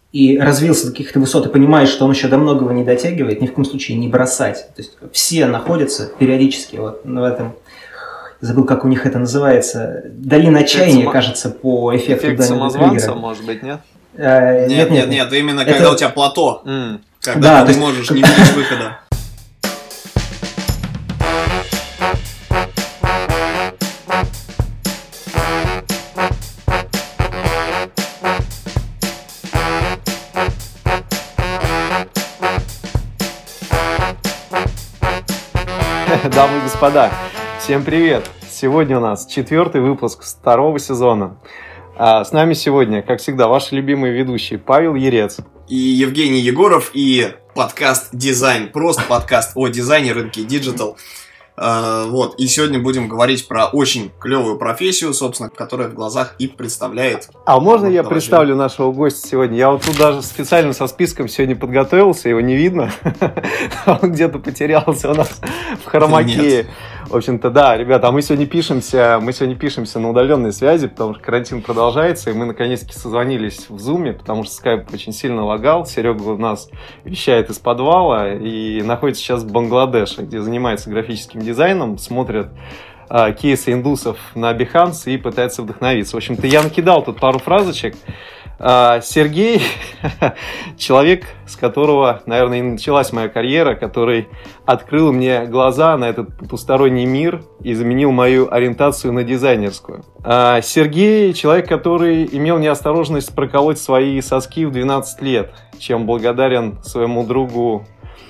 и развился до каких-то высот, и понимаешь, что он еще до многого не дотягивает, ни в коем случае не бросать. То есть все находятся периодически вот в этом, забыл, как у них это называется, долина отчаяния, кажется, по эффекту Эффект самозванца, может быть, нет? Нет, именно когда у тебя плато, когда ты не можешь, не видишь выхода. Дамы и господа, всем привет! Сегодня у нас 4-й выпуск 2-го сезона. С нами сегодня, как всегда, ваши любимые ведущие Павел Ерец и Евгений Егоров, и подкаст «Дизайн». Просто подкаст о дизайне, рынке диджитал. Вот, и сегодня будем говорить про очень клевую профессию, собственно, которая в глазах и представляет. А можно я представлю нашего гостя сегодня? Я вот тут даже специально со списком сегодня подготовился, его не видно. Он где-то потерялся у нас в хромакее. В общем-то, да, ребята, мы сегодня пишемся на удаленной связи, потому что карантин продолжается, и мы наконец-таки созвонились в Zoom, потому что скайп очень сильно лагал. Серега у нас вещает из подвала и находится сейчас в Бангладеше, где занимается графическим дизайном, смотрит кейсы индусов на Behance и пытается вдохновиться. В общем-то, я накидал тут пару фразочек. Сергей, человек, с которого, наверное, и началась моя карьера, который открыл мне глаза на этот потусторонний мир и заменил мою ориентацию на дизайнерскую. Сергей, человек, который имел неосторожность проколоть свои соски в 12 лет, чем благодарен своему другу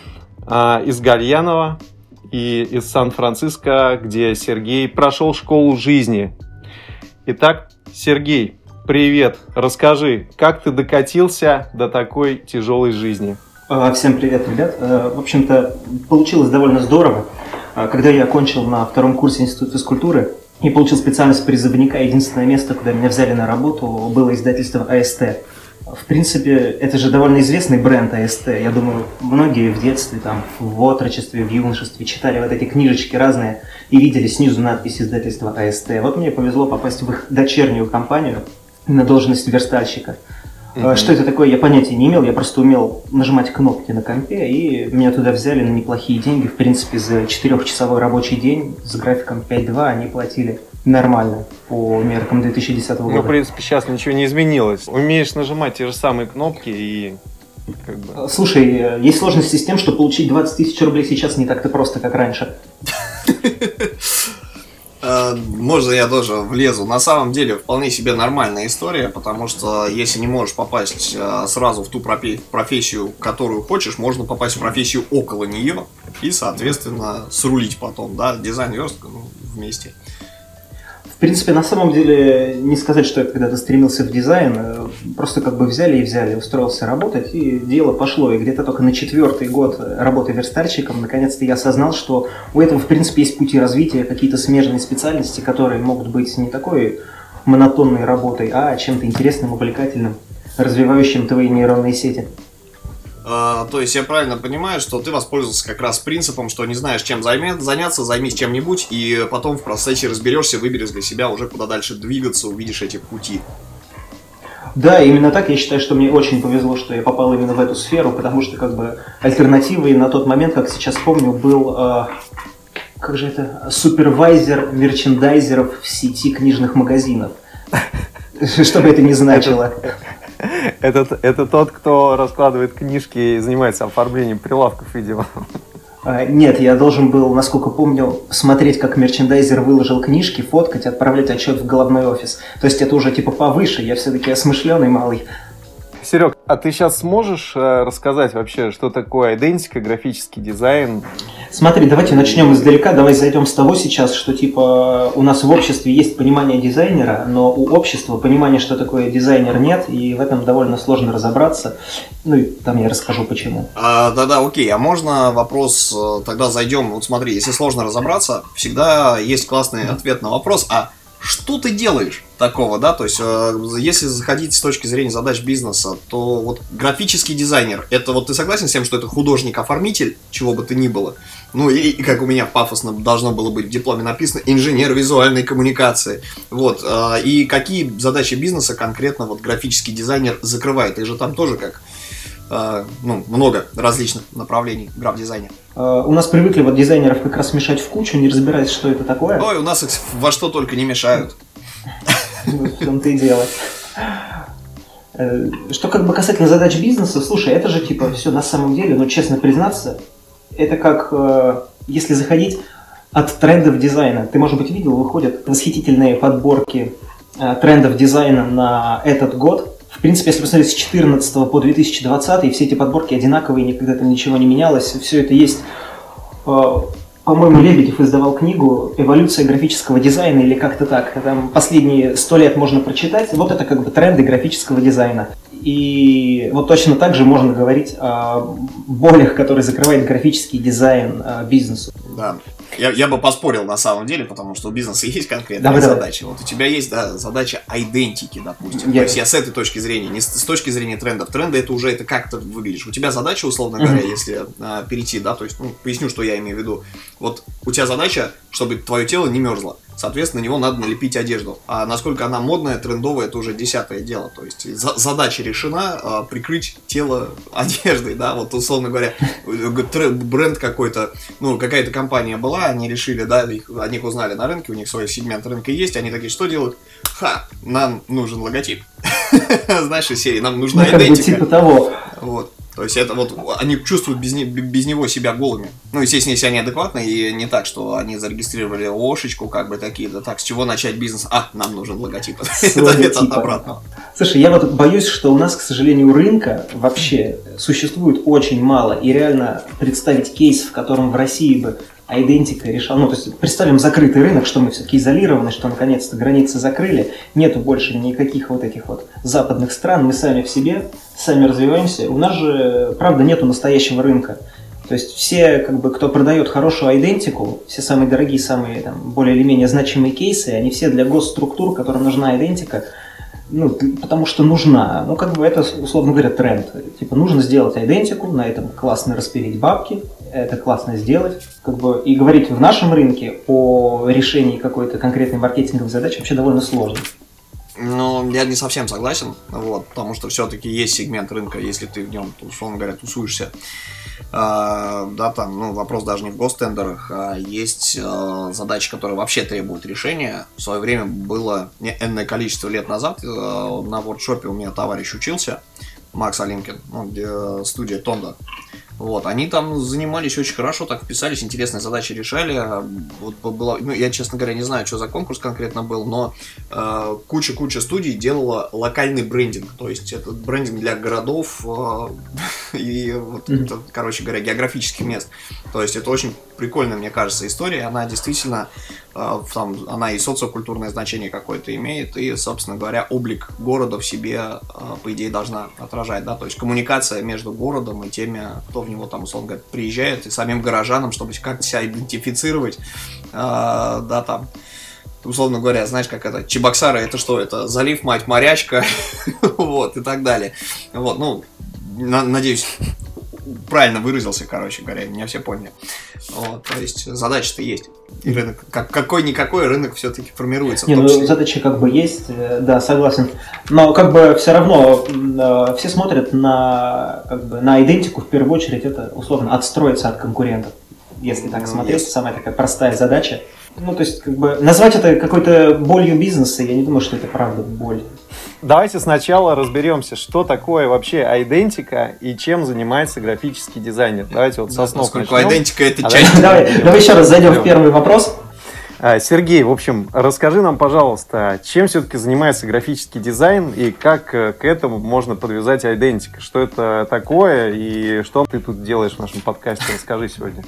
из Гальянова и из Сан-Франциско, где Сергей прошел школу жизни. Итак, Сергей, привет, расскажи, как ты докатился до такой тяжелой жизни? Всем привет, ребят. В общем-то, получилось довольно здорово. Когда я окончил на 2-м курсе Института физкультуры и получил специальность призывника, единственное место, куда меня взяли на работу, было издательство АСТ. В принципе, это же довольно известный бренд АСТ. Я думаю, многие в детстве, там, в отрочестве, в юношестве читали вот эти книжечки разные и видели снизу надпись издательства АСТ. Вот мне повезло попасть в их дочернюю компанию на должность верстальщика. Что это такое, я понятия не имел, я просто умел нажимать кнопки на компе, и меня туда взяли на неплохие деньги. В принципе, за 4-часовой рабочий день с графиком 5-2 они платили нормально по меркам 2010 года. Ну, в принципе, сейчас ничего не изменилось. Умеешь нажимать те же самые кнопки и... Как бы... Слушай, есть сложности с тем, что получить 20 тысяч рублей сейчас не так-то просто, как раньше. Можно я тоже влезу? На самом деле вполне себе нормальная история, потому что если не можешь попасть сразу в ту профессию, которую хочешь, можно попасть в профессию около нее и, соответственно, срулить потом, да, дизайн, верстка, вместе. В принципе, на самом деле, не сказать, что я когда-то стремился в дизайн, просто как бы взяли, устроился работать, и дело пошло. И где-то только на 4-й год работы верстальщиком, наконец-то я осознал, что у этого, в принципе, есть пути развития, какие-то смежные специальности, которые могут быть не такой монотонной работой, а чем-то интересным, увлекательным, развивающим твои нейронные сети. То есть я правильно понимаю, что ты воспользовался как раз принципом, что не знаешь, чем заняться, займись чем-нибудь, и потом в процессе разберешься, выберешь для себя уже куда дальше двигаться, увидишь эти пути. Да, именно так. Я считаю, что мне очень повезло, что я попал именно в эту сферу, потому что как бы альтернативой на тот момент, как сейчас помню, был супервайзер мерчендайзеров в сети книжных магазинов. Что бы это ни значило. Это тот, кто раскладывает книжки и занимается оформлением прилавков, видимо. Нет, я должен был, насколько помню, смотреть, как мерчендайзер выложил книжки, фоткать, отправлять отчет в головной офис. То есть это уже типа повыше, я все-таки осмышленный малый. Серег, а ты сейчас сможешь рассказать вообще, что такое идентика, графический дизайн? Смотри, давайте начнем издалека, давай зайдем с того сейчас, что типа у нас в обществе есть понимание дизайнера, но у общества понимания, что такое дизайнер, нет, и в этом довольно сложно разобраться. Ну и там я расскажу почему. Да, окей, а можно вопрос, тогда зайдем, вот смотри, если сложно разобраться, всегда есть классный ответ на вопрос, а что ты делаешь такого, да, то есть, если заходить с точки зрения задач бизнеса, то вот графический дизайнер, это вот ты согласен с тем, что это художник-оформитель, чего бы то ни было, ну и как у меня пафосно должно было быть в дипломе написано, инженер визуальной коммуникации, вот, и какие задачи бизнеса конкретно вот графический дизайнер закрывает, их же там тоже как... ну, много различных направлений граф-дизайна. У нас привыкли вот дизайнеров как раз мешать в кучу, не разбираясь, что это такое. Ой, у нас их во что только не мешают. В том-то и дело. Что как бы касательно задач бизнеса, слушай, это же типа все на самом деле, но честно признаться, это как если заходить от трендов дизайна. Ты, может быть, видел, выходят восхитительные подборки трендов дизайна на этот год. В принципе, если посмотреть с 2014 по 2020, все эти подборки одинаковые, никогда там ничего не менялось. Все это есть. По-моему, Лебедев издавал книгу «Эволюция графического дизайна» или как-то так. Там последние 100 лет можно прочитать. Вот это как бы тренды графического дизайна. И вот точно так же можно говорить о болях, которые закрывает графический дизайн бизнесу. Да. Я бы поспорил на самом деле, потому что у бизнеса есть конкретные задачи. Вот у тебя есть, да, задача идентики, допустим. То есть я с этой точки зрения, не с точки зрения трендов. Тренды это уже это как ты выглядишь. У тебя задача, условно говоря, если перейти, да, то есть, ну, поясню, что я имею в виду. Вот у тебя задача, чтобы твое тело не мерзло. Соответственно, на него надо налепить одежду. А насколько она модная, трендовая, это уже 10-е дело. То есть задача решена прикрыть тело одеждой, да, вот условно говоря, бренд какой-то, ну, какая-то компания была, они решили, да, о них узнали на рынке, у них свой сегмент рынка есть, они такие, что делают? Нам нужен логотип. Знаешь, из серии, нам нужна идентика. Типа того. Вот. То есть это вот они чувствуют без него себя голыми. Ну, естественно, если они адекватны и не так, что они зарегистрировали Ошечку, как бы такие, да так, с чего начать бизнес? Нам нужен логотип. Это обратно. Слушай, я вот боюсь, что у нас, к сожалению, рынка вообще существует очень мало. И реально представить кейс, в котором в России бы идентика решал. Ну, то есть представим закрытый рынок, что мы все-таки изолированы, что наконец-то границы закрыли, нету больше никаких вот этих вот западных стран, мы сами в себе, сами развиваемся. У нас же, правда, нету настоящего рынка. То есть все, как бы, кто продает хорошую идентику, все самые дорогие, самые там, более или менее значимые кейсы, они все для госструктур, которым нужна идентика, ну, потому что нужна. Ну, как бы это, условно говоря, тренд. Типа, нужно сделать идентику, на этом классно распилить бабки, это классно сделать. Как бы, и говорить в нашем рынке о решении какой-то конкретной маркетинговой задачи вообще довольно сложно. Ну, я не совсем согласен, вот, потому что все-таки есть сегмент рынка, если ты в нем, условно говоря, тусуешься. Да, там, ну, вопрос даже не в гостендерах, а есть задачи, которые вообще требуют решения. В свое время было энное количество лет назад на воркшопе у меня товарищ учился, Макс Алимкин, ну, студия Тонда. Вот, они там занимались очень хорошо, так вписались, интересные задачи решали. Вот было, ну, я, честно говоря, не знаю, что за конкурс конкретно был, но куча студий делала локальный брендинг. То есть это брендинг для городов и, вот, это, короче говоря, географических мест. То есть это очень прикольная, мне кажется, история. Она действительно, там, она и социокультурное значение какое-то имеет, и, собственно говоря, облик города в себе, по идее, должна отражать. Да? То есть коммуникация между городом и теми, кто в него там, условно говоря, приезжает, и самим горожанам, чтобы как-то себя идентифицировать, да, там, условно говоря, знаешь, как это, Чебоксары, это что, это залив, мать, морячка, вот, и так далее. Вот, ну, надеюсь, правильно выразился, короче говоря, меня все поняли. Вот, то есть задача-то есть. И рынок, какой-никакой рынок все-таки формируется. Не, ну задачи как бы есть, да, согласен. Но как бы все равно все смотрят на, как бы, на идентику, в первую очередь, это условно отстроиться от конкурентов. Если так смотреть, самая такая простая задача. Ну, то есть, как бы, назвать это какой-то болью бизнеса, я не думаю, что это правда боль. Давайте сначала разберемся, что такое вообще идентика и чем занимается графический дизайнер. Давайте вот со снов начнем. Идентика это часть. Давай еще раз зайдем в первый вопрос. Сергей, в общем, расскажи нам, пожалуйста, чем все-таки занимается графический дизайн и как к этому можно подвязать идентика? Что это такое и что ты тут делаешь в нашем подкасте? Расскажи сегодня.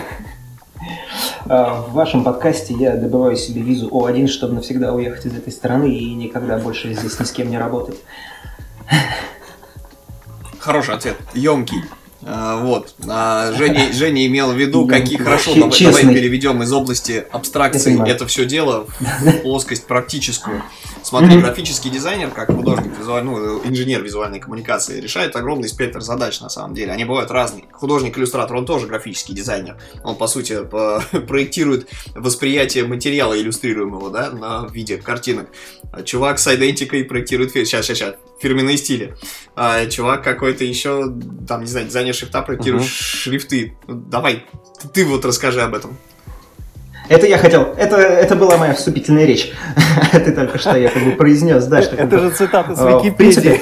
В вашем подкасте я добываю себе визу О1, чтобы навсегда уехать из этой страны и никогда больше здесь ни с кем не работать. Хороший ответ, емкий. Вот. Женя имел в виду, какие хорошо, давай переведем из области абстракции это все дело в плоскость практическую. Смотри, графический дизайнер, как художник, инженер визуальной коммуникации, решает огромный спектр задач на самом деле. Они бывают разные. Художник-иллюстратор, он тоже графический дизайнер. Он, по сути, проектирует восприятие материала иллюстрируемого, да, на виде картинок. Чувак с идентикой проектирует фирменные стили. Чувак какой-то еще, там, не знаю, дизайнер шрифта проектирует шрифты. Давай, ты вот расскажи об этом. Это я хотел, это была моя вступительная речь. Ты только что я как бы произнес, да, что... Это же цитата с Википедии.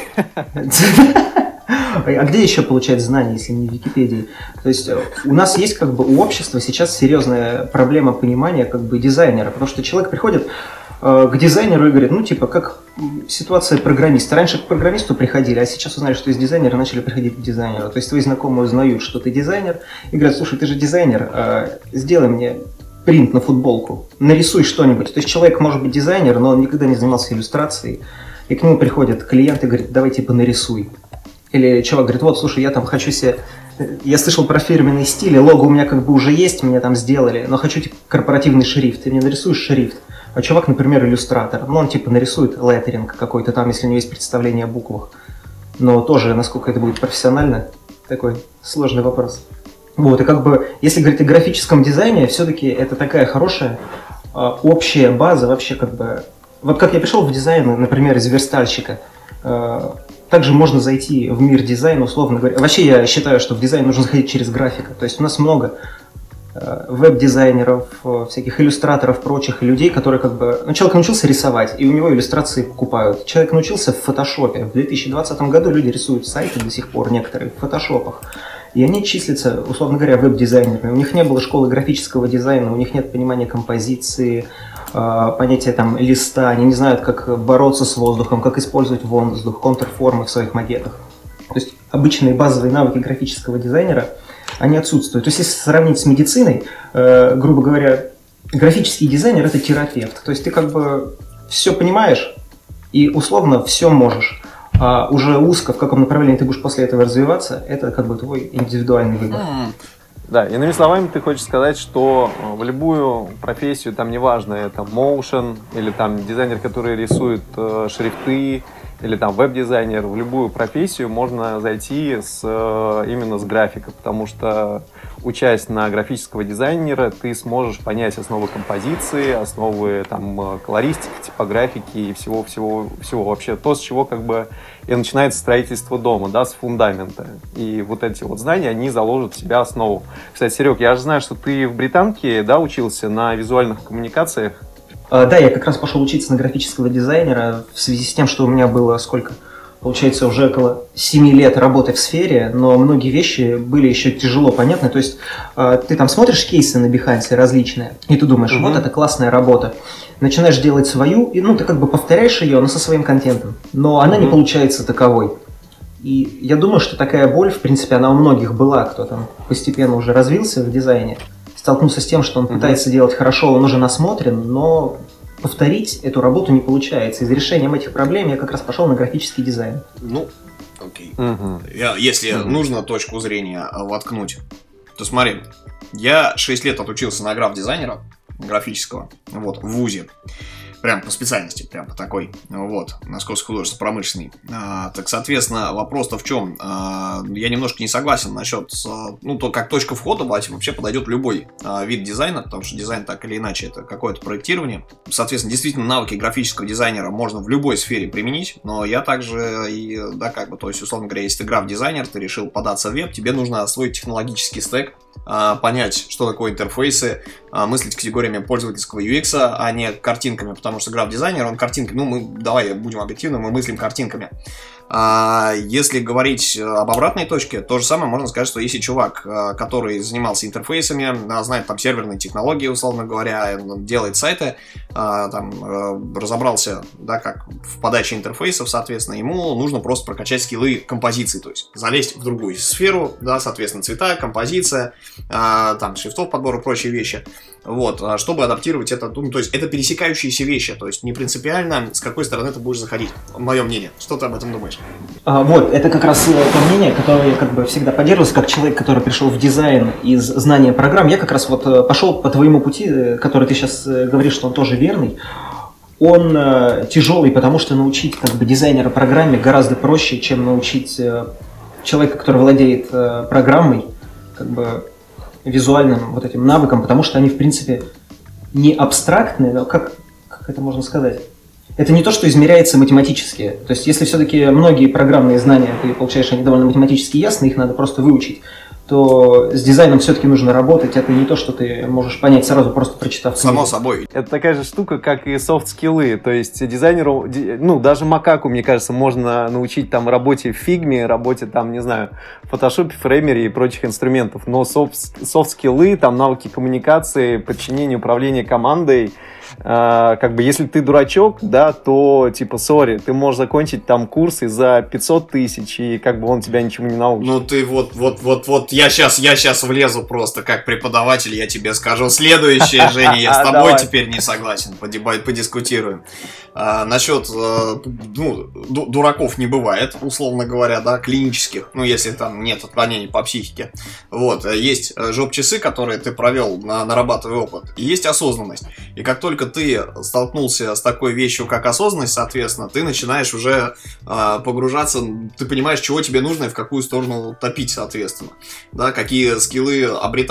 А где еще получать знания, если не в Википедии? То есть у нас есть как бы у общества сейчас серьезная проблема понимания как бы дизайнера, потому что человек приходит к дизайнеру и говорит, ну типа как ситуация программиста. Раньше к программисту приходили, а сейчас узнали, что из дизайнера, начали приходить к дизайнеру. То есть твои знакомые узнают, что ты дизайнер, и говорят, слушай, ты же дизайнер, сделай мне принт на футболку, нарисуй что-нибудь. То есть человек может быть дизайнер, но он никогда не занимался иллюстрацией, и к нему приходит клиент и говорит, давай типа нарисуй. Или чувак говорит, вот, слушай, я там хочу себе... Я слышал про фирменные стили, лого у меня как бы уже есть, мне там сделали, но хочу типа корпоративный шрифт. Ты мне нарисуешь шрифт. А чувак, например, иллюстратор. Ну, он типа нарисует леттеринг какой-то там, если у него есть представление о буквах. Но тоже, насколько это будет профессионально, такой сложный вопрос. Вот, и как бы, если говорить о графическом дизайне, все-таки это такая хорошая общая база вообще как бы... Вот как я пришел в дизайн, например, из верстальщика, также можно зайти в мир дизайна, условно говоря. Вообще я считаю, что в дизайн нужно заходить через графика. То есть у нас много веб-дизайнеров, всяких иллюстраторов, прочих людей, которые как бы... Ну, человек научился рисовать, и у него иллюстрации покупают. Человек научился в фотошопе. В 2020 году люди рисуют сайты до сих пор, некоторые, в фотошопах. И они числятся, условно говоря, веб-дизайнерами. У них не было школы графического дизайна, у них нет понимания композиции, понятия там листа, они не знают, как бороться с воздухом, как использовать воздух, контрформы в своих макетах. То есть обычные базовые навыки графического дизайнера, они отсутствуют. То есть если сравнить с медициной, грубо говоря, графический дизайнер – это терапевт. То есть ты как бы все понимаешь и условно все можешь. А уже узко, в каком направлении ты будешь после этого развиваться, это как бы твой индивидуальный выбор. Да, иными словами, ты хочешь сказать, что в любую профессию, там неважно, это motion, или там дизайнер, который рисует шрифты, или там веб-дизайнер, в любую профессию можно зайти именно с графикой, потому что, учась на графического дизайнера, ты сможешь понять основы композиции, основы там колористики, типографики и всего вообще то, с чего как бы и начинается строительство дома, да, с фундамента. И вот эти вот знания, они заложат в себя основу. Кстати, Серег, я же знаю, что ты в Британке, да, учился на визуальных коммуникациях. Да, я как раз пошел учиться на графического дизайнера в связи с тем, что у меня было получается, уже около 7 лет работы в сфере, но многие вещи были еще тяжело понятны. То есть ты там смотришь кейсы на Behance различные, и ты думаешь, вот это классная работа. Начинаешь делать свою, и ты как бы повторяешь ее, но со своим контентом. Но она не получается таковой. И я думаю, что такая боль, в принципе, она у многих была, кто там постепенно уже развился в дизайне. Столкнулся с тем, что он пытается делать хорошо, он уже насмотрен, но повторить эту работу не получается. И за решением этих проблем я как раз пошел на графический дизайн. Ну, окей. Если нужно точку зрения воткнуть, то смотри, я 6 лет отучился на граф-дизайнера графического, вот, в ВУЗе. Прям по специальности, прям по такой, вот, Московский художественно-промышленный. Так, соответственно, вопрос-то в чем? Я немножко не согласен насчет, то как точка входа вообще подойдет любой вид дизайна, потому что дизайн так или иначе это какое-то проектирование. Соответственно, действительно, навыки графического дизайнера можно в любой сфере применить, но я также, то есть, условно говоря, если ты граф-дизайнер, ты решил податься в веб, тебе нужно освоить технологический стек, понять, что такое интерфейсы, мыслить категориями пользовательского UX, а не картинками, потому что граф-дизайнер, он картинками, давай будем объективны, мы мыслим картинками. Если говорить об обратной точке, то же самое можно сказать, что если чувак, который занимался интерфейсами, знает там серверные технологии, условно говоря, делает сайты, разобрался, да, как в подаче интерфейсов, соответственно, ему нужно просто прокачать скиллы композиции, то есть залезть в другую сферу, да, соответственно, цвета, композиция, там, шрифтов подбора и прочие вещи. Вот, чтобы адаптировать это, ну, то есть это пересекающиеся вещи, то есть не принципиально, с какой стороны ты будешь заходить, мое мнение. Что ты об этом думаешь? Вот, это как раз то мнение, которое я как бы всегда поддерживаюсь, как человек, который пришел в дизайн из знания программ. Я как раз вот пошел по твоему пути, который ты сейчас говоришь, что он тоже верный. Он тяжелый, потому что научить как бы дизайнера программе гораздо проще, чем научить человека, который владеет программой, как бы визуальным вот этим навыкам, потому что они, в принципе, не абстрактные, но как это можно сказать? Это не то, что измеряется математически. То есть, если все-таки многие программные знания ты получаешь, они довольно математически ясны, их надо просто выучить, то с дизайном все-таки нужно работать. Это не то, что ты можешь понять сразу, просто прочитав книгу. Само собой. Это такая же штука, как и софт-скиллы. То есть дизайнеру, ну, даже макаку, мне кажется, можно научить там работе в фигме, работе там, не знаю, в фотошопе, фреймере и прочих инструментов. Но софт-скиллы, там навыки коммуникации, подчинения, управления командой, как бы, если ты дурачок, да, то, типа, сори, ты можешь закончить там курсы за 500 тысяч, и как бы он тебя ничему не научит. Ну ты вот, я сейчас влезу просто как преподаватель, я тебе скажу следующее, Женя, я с тобой теперь не согласен, подискутируем. Насчет, ну, дураков не бывает, условно говоря, да, клинических, ну, если там нет отклонений по психике. Вот, есть жоп-часы, которые ты провел, нарабатывая опыт, и есть осознанность. И как только ты столкнулся с такой вещью, как осознанность, соответственно, ты начинаешь уже погружаться, ты понимаешь, чего тебе нужно и в какую сторону топить, соответственно. Да, какие скиллы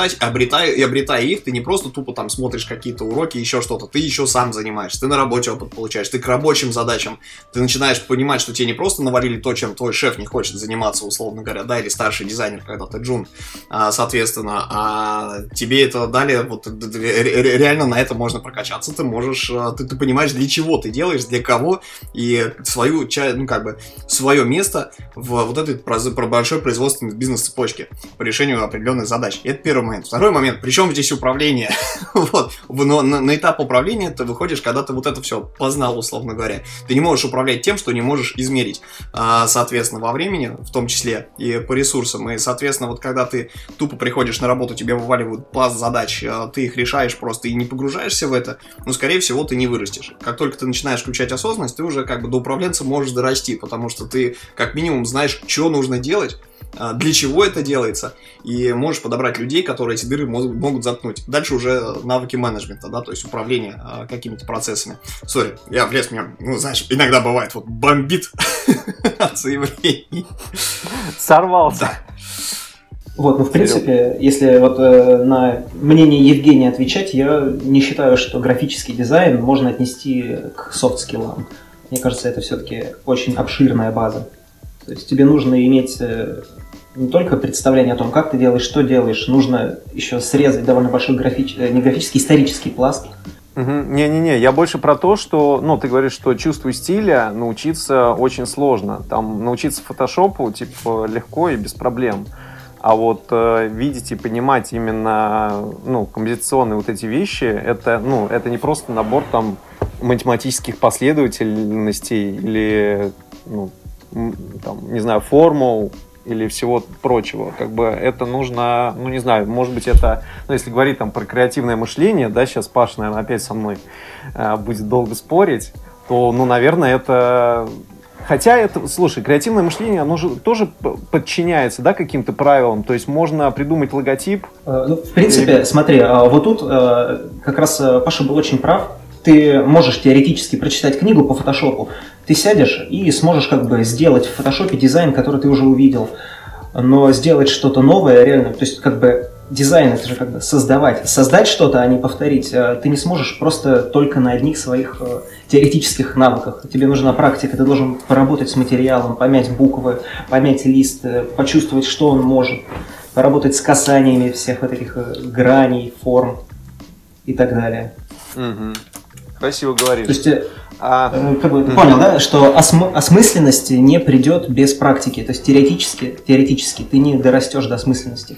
обретая их, ты не просто тупо там смотришь какие-то уроки, еще что-то, ты еще сам занимаешься, ты на работе опыт получаешь, ты к рабочим задачам, ты начинаешь понимать, что тебе не просто навалили то, чем твой шеф не хочет заниматься, условно говоря, да, или старший дизайнер, когда ты джун, соответственно, а тебе это дали, вот реально на это можно прокачаться, ты можешь, ты понимаешь, для чего ты делаешь, для кого, и свою, ну, как бы, свое место в вот этой большой производственной бизнес-цепочке по решению определенных задач. И это первый момент. Второй момент, причем здесь управление. Вот, но на этап управления ты выходишь, когда ты вот это все познал, условно говоря. Ты не можешь управлять тем, что не можешь измерить, соответственно, во времени, в том числе, и по ресурсам. И, соответственно, вот когда ты тупо приходишь на работу, тебе вываливают пласт задач, ты их решаешь просто и не погружаешься в это, ну, скорее всего, ты не вырастешь. Как только ты начинаешь включать осознанность, ты уже как бы до управленца можешь дорасти, потому что ты как минимум знаешь, что нужно делать, для чего это делается, и можешь подобрать людей, которые эти дыры могут заткнуть. Дальше уже навыки менеджмента, да, то есть управление какими-то процессами. Сори, я влез, меня, ну, знаешь, иногда бывает, вот бомбит от заявлений. Сорвался. Да. Вот, ну, в принципе, если вот на мнение Евгения отвечать, я не считаю, что графический дизайн можно отнести к софт-скиллам. Мне кажется, это все-таки очень обширная база. То есть тебе нужно иметь не только представление о том, как ты делаешь, что делаешь, нужно еще срезать довольно большой не графический, исторический пласт. Не-не-не, я больше про то, что, ну, ты говоришь, что чувству стиля научиться очень сложно. Там научиться фотошопу, типа, легко и без проблем. А вот видеть и понимать именно, ну, композиционные вот эти вещи, это, ну, это не просто набор там математических последовательностей или, ну, там, не знаю, формул или всего прочего. Как бы это нужно, ну, не знаю, может быть, это, ну, если говорить там про креативное мышление, да, сейчас Паша, наверное, опять со мной будет долго спорить, то, ну, наверное, это... Хотя это, слушай, креативное мышление, оно же тоже подчиняется, да, каким-то правилам. То есть можно придумать логотип. Ну, в принципе, смотри, вот тут как раз Паша был очень прав. Ты можешь теоретически прочитать книгу по фотошопу, ты сядешь и сможешь как бы сделать в фотошопе дизайн, который ты уже увидел. Но сделать что-то новое реально, то есть как бы дизайн это же как бы создать что-то, а не повторить. Ты не сможешь просто только на одних своих теоретических навыках. Тебе нужна практика, ты должен поработать с материалом, помять буквы, помять лист, почувствовать, что он может, поработать с касаниями всех вот этих граней, форм и так далее. Угу. Красиво говоришь. То есть, как бы, ты понял, да, что осмысленности не придет без практики. То есть теоретически ты не дорастешь до осмысленности.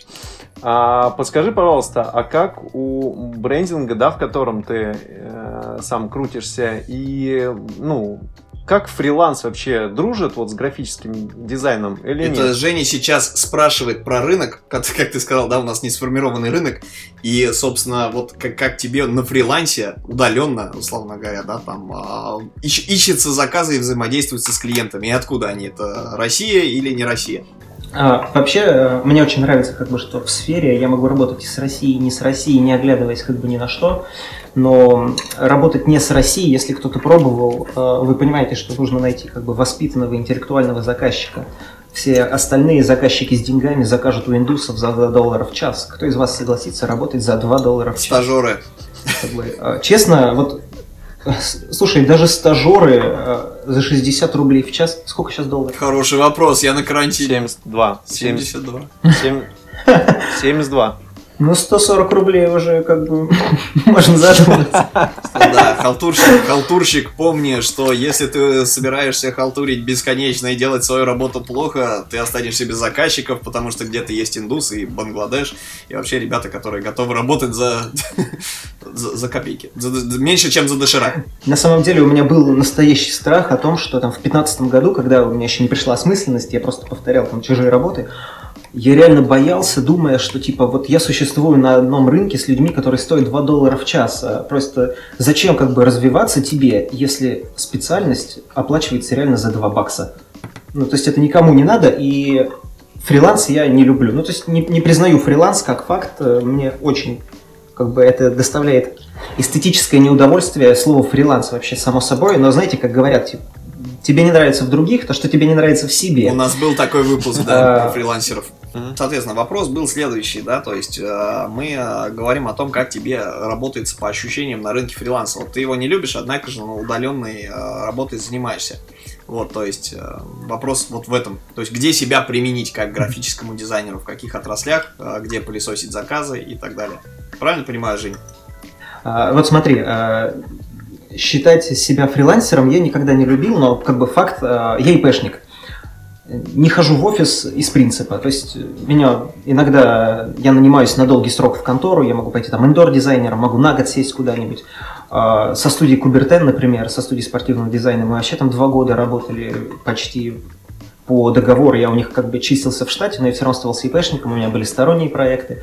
Подскажи, пожалуйста, а как у брендинга, да, в котором ты сам крутишься, и, ну, как фриланс вообще дружит вот с графическим дизайном или Это нет? Женя сейчас спрашивает про рынок, как ты сказал, да, у нас не сформированный рынок, и, собственно, вот как тебе на фрилансе, удаленно, условно говоря, да, там, ищется заказы и взаимодействуется с клиентами, и откуда они, это Россия или не Россия? Вообще, мне очень нравится, как бы, что в сфере я могу работать и с Россией, и не с Россией, не оглядываясь как бы ни на что. Но работать не с Россией, если кто-то пробовал, вы понимаете, что нужно найти как бы воспитанного интеллектуального заказчика. Все остальные заказчики с деньгами закажут у индусов за $2 в час. Кто из вас согласится работать за $2 в час? Стажеры. Как бы, честно, вот, слушай, даже стажеры за 60 рублей в час, сколько сейчас долларов? Хороший вопрос, я на карантине. 72. 72. 72. Ну, 140 рублей уже как бы можно задуматься. Да, халтурщик, помни, что если ты собираешься халтурить бесконечно и делать свою работу плохо, ты останешься без заказчиков, потому что где-то есть индусы и Бангладеш, и вообще ребята, которые готовы работать за копейки. Меньше, чем за доширак. На самом деле у меня был настоящий страх о том, что там в 2015 году, когда у меня еще не пришла осмысленность, я просто повторял там чужие работы, я реально боялся, думая, что типа вот я существую на одном рынке с людьми, которые стоят $2 в час. Просто зачем как бы развиваться тебе, если специальность оплачивается реально за $2? Ну, то есть это никому не надо, и фриланс я не люблю. Ну, то есть не признаю фриланс как факт, мне очень как бы это доставляет эстетическое неудовольствие слово фриланс вообще само собой, но знаете, как говорят, типа, тебе не нравится в других, то, что тебе не нравится в себе. У нас был такой выпуск, да, про фрилансеров. Соответственно, вопрос был следующий, да, то есть мы говорим о том, как тебе работается по ощущениям на рынке фриланса. Вот ты его не любишь, однако же удаленной работой занимаешься. Вот, то есть вопрос вот в этом. То есть где себя применить как графическому дизайнеру, в каких отраслях, где пылесосить заказы и так далее. Правильно понимаю, Жень? Вот смотри, считать себя фрилансером я никогда не любил, но как бы факт, я ИПшник. Не хожу в офис из принципа, то есть меня иногда, я нанимаюсь на долгий срок в контору, я могу пойти там индор-дизайнером, могу на год сесть куда-нибудь. Со студией Кубертен, например, со студией спортивного дизайна, мы вообще там 2 года работали почти по договору, я у них как бы числился в штате, но я все равно оставался ИПшником, у меня были сторонние проекты.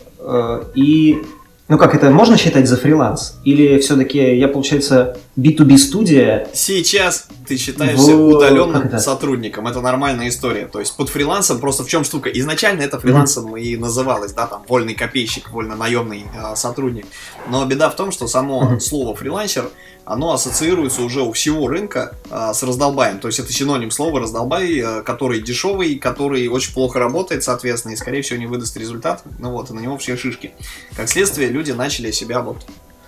И, ну как, это можно считать за фриланс? Или все-таки я, получается, B2B студия? Сейчас ты считаешься удаленным сотрудником, это нормальная история. То есть под фрилансом просто в чем штука? Изначально это фрилансом и называлось, да, там вольный копейщик, вольно-наемный сотрудник. Но беда в том, что само слово фрилансер, оно ассоциируется уже у всего рынка с раздолбаем. То есть это синоним слова раздолбай, который дешевый, который очень плохо работает, соответственно, и скорее всего не выдаст результат. Ну вот, и на него все шишки. Как следствие, люди начали себя вот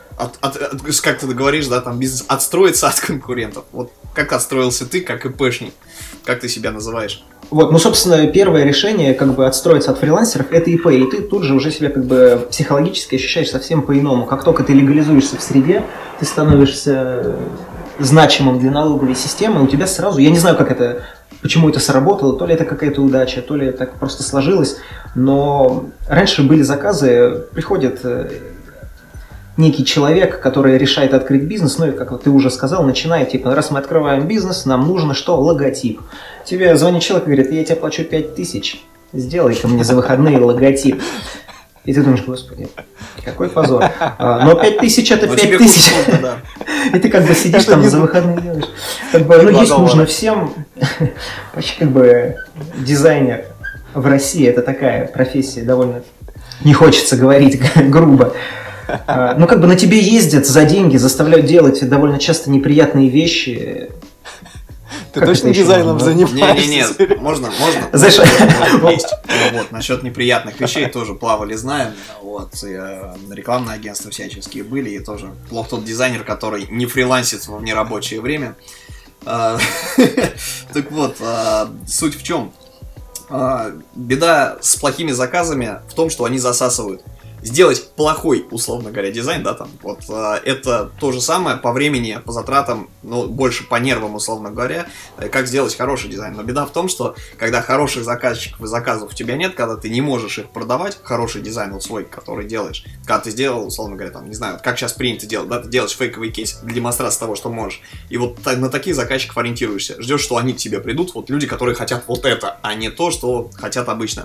как ты говоришь, да, там бизнес отстроиться от конкурентов. Вот как отстроился ты, как ИПшник? Как ты себя называешь? Вот, ну, собственно, первое решение, как бы, отстроиться от фрилансеров, это ИП, и ты тут же уже себя, как бы, психологически ощущаешь совсем по-иному. Как только ты легализуешься в среде, ты становишься значимым для налоговой системы, у тебя сразу, я не знаю, как это, почему это сработало, то ли это какая-то удача, то ли так просто сложилось, но раньше были заказы, приходят некий человек, который решает открыть бизнес, ну и, как ты уже сказал, начинает, типа, раз мы открываем бизнес, нам нужно что? Логотип. Тебе звонит человек и говорит, я тебе плачу 5000, сделай-ка мне за выходные логотип. И ты думаешь, господи, какой позор. Но 5000 это 5000. И ты как бы сидишь там за выходные делаешь. Как бы, ну, есть нужно всем. Вообще, как бы, дизайнер в России это такая профессия довольно, не хочется говорить грубо. Ну, как бы на тебе ездят за деньги, заставляют делать довольно часто неприятные вещи. Ты точно дизайном занимаешься? Не, можно. Знаешь, есть. Вот, насчет неприятных вещей тоже плавали, знаем. Вот, рекламные агентства всяческие были, и тоже плох тот дизайнер, который не фрилансит в нерабочее время. Так вот, суть в чем? Беда с плохими заказами в том, что они засасывают. сделать плохой, условно говоря, дизайн, да, там, вот, это то же самое по времени, по затратам, ну, больше по нервам, условно говоря, как сделать хороший дизайн. Но беда в том, что когда хороших заказчиков и заказов у тебя нет, когда ты не можешь их продавать, хороший дизайн вот свой, который делаешь, когда ты сделал, условно говоря, там, не знаю, как сейчас принято делать, да, ты делаешь фейковый кейс для демонстрации того, что можешь, и вот на таких заказчиков ориентируешься, ждешь, что они к тебе придут, вот люди, которые хотят вот это, а не то, что хотят обычно.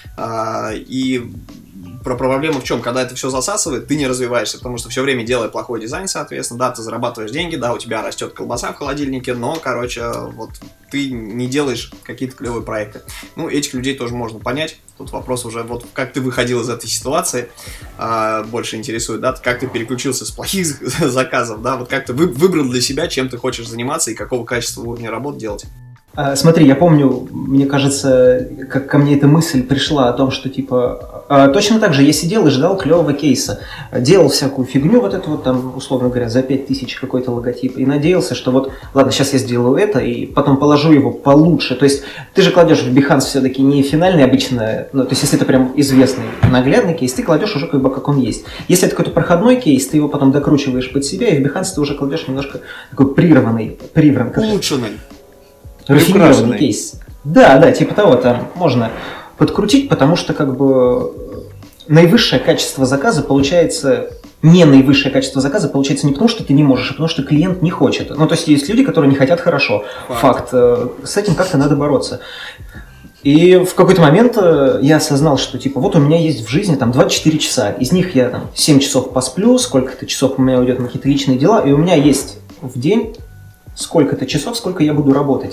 И про проблему в чем? Когда это все засасывает, ты не развиваешься, потому что все время делая плохой дизайн, соответственно, да, ты зарабатываешь деньги, да, у тебя растет колбаса в холодильнике, но, короче, вот ты не делаешь какие-то клевые проекты. Ну, этих людей тоже можно понять. Тут вопрос уже, вот как ты выходил из этой ситуации, больше интересует, да, как ты переключился с плохих заказов, да, вот как ты выбрал для себя, чем ты хочешь заниматься и какого качества уровня работ делать. Смотри, я помню, мне кажется, как ко мне эта мысль пришла о том, что типа точно так же я сидел и ждал клевого кейса, делал всякую фигню вот эту вот там, условно говоря, за 5000 какой-то логотип и надеялся, что вот, ладно, сейчас я сделаю это и потом положу его получше. То есть ты же кладешь в Behance все-таки не финальный обычно, ну, то есть если это прям известный наглядный кейс, ты кладешь уже как бы как он есть. Если это какой-то проходной кейс, ты его потом докручиваешь под себя, и в Behance ты уже кладешь немножко такой улучшенный. Рафинированный кейс. Да, типа того, там можно подкрутить, потому что как бы наивысшее качество заказа получается, не наивысшее качество заказа получается не потому, что ты не можешь, а потому что клиент не хочет. Ну, то есть есть люди, которые не хотят хорошо. Факт. С этим как-то надо бороться. И в какой-то момент я осознал, что типа вот у меня есть в жизни там 24 часа, из них я там 7 часов посплю, сколько-то часов у меня уйдет на какие-то личные дела, и у меня есть в день сколько-то часов, сколько я буду работать.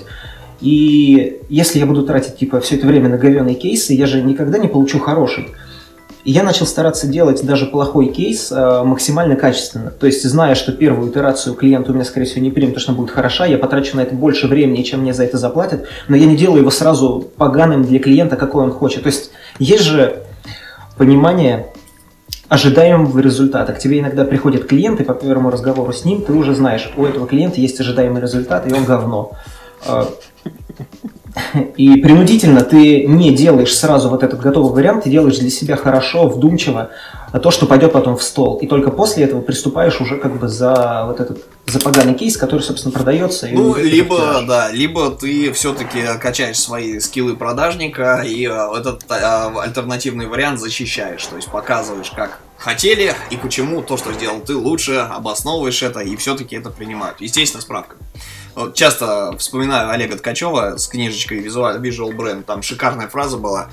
И если я буду тратить типа все это время на говёные кейсы, я же никогда не получу хороший. И я начал стараться делать даже плохой кейс максимально качественно. То есть, зная, что первую итерацию клиент у меня, скорее всего, не примет, потому что она будет хороша, я потрачу на это больше времени, чем мне за это заплатят, но я не делаю его сразу поганым для клиента, какой он хочет. То есть, есть же понимание ожидаемого результата. К тебе иногда приходит клиент, и по первому разговору с ним ты уже знаешь, у этого клиента есть ожидаемый результат, и он говно. И принудительно ты не делаешь сразу вот этот готовый вариант, ты делаешь для себя хорошо, вдумчиво то, что пойдет потом в стол. И только после этого приступаешь уже как бы за вот этот за поганый кейс, который, собственно, продается. Ну, либо ты все-таки качаешь свои скиллы продажника и этот альтернативный вариант защищаешь, то есть показываешь, как хотели и почему то, что сделал ты, лучше, обосновываешь это и все-таки это принимают. Естественно, справка. Вот часто вспоминаю Олега Ткачева с книжечкой Visual Brand. Там шикарная фраза была,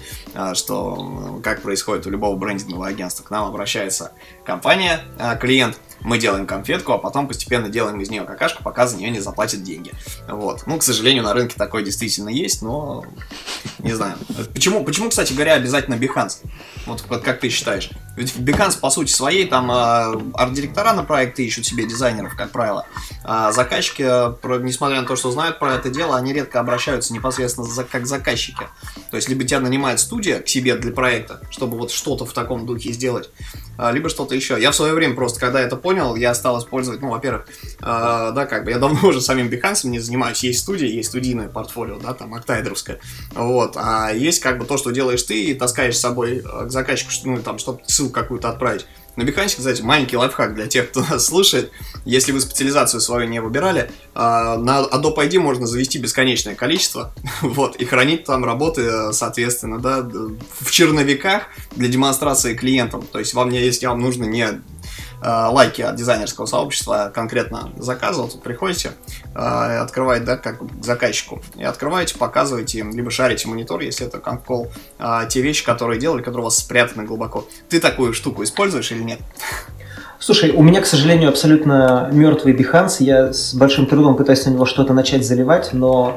что как происходит у любого брендингового агентства. К нам обращается компания, клиент, мы делаем конфетку, а потом постепенно делаем из нее какашку, пока за нее не заплатят деньги. Вот. Ну, к сожалению, на рынке такое действительно есть, но не знаю. Почему, кстати говоря, обязательно Behance? Вот как ты считаешь? Ведь в Behance, по сути своей, там арт-директора на проекты ищут себе дизайнеров, как правило. А заказчики, несмотря на то, что знают про это дело, они редко обращаются непосредственно как заказчики. То есть, либо тебя нанимает студия к себе для проекта, чтобы вот что-то в таком духе сделать, либо что-то еще. Я в свое время просто, когда это понял, я стал использовать, ну, во-первых, да, как бы, я давно уже самим Behance не занимаюсь, есть студия, есть студийное портфолио, да, там, октайдеровское, вот, а есть, как бы, то, что делаешь ты и таскаешь с собой к заказчику, ну, там, чтобы ссылку какую-то отправить. На Behance, кстати, маленький лайфхак для тех, кто нас слушает. Если вы специализацию свою не выбирали, на Adobe ID можно завести бесконечное количество, вот, и хранить там работы, соответственно, да, в черновиках для демонстрации клиентам. То есть если вам нужно не лайки от дизайнерского сообщества, а конкретно заказа, вот приходите, открываете, да, как к заказчику, и открываете, показываете им, либо шарите монитор, если это конкол, те вещи, которые делали, которые у вас спрятаны глубоко. Ты такую штуку используешь или нет? Слушай, у меня, к сожалению, абсолютно мертвый Behance, я с большим трудом пытаюсь на него что-то начать заливать, но,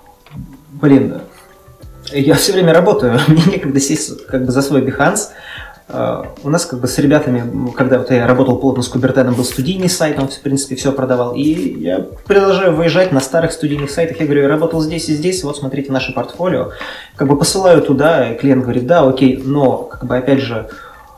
блин, я все время работаю, мне некогда сесть как бы за свой Behance. У нас как бы с ребятами, когда вот я работал плотно с Кубертеном, был студийный сайт, он в принципе все продавал, и я продолжаю выезжать на старых студийных сайтах, я говорю, я работал здесь и здесь, вот смотрите наше портфолио, как бы посылаю туда, и клиент говорит, да, окей, но как бы опять же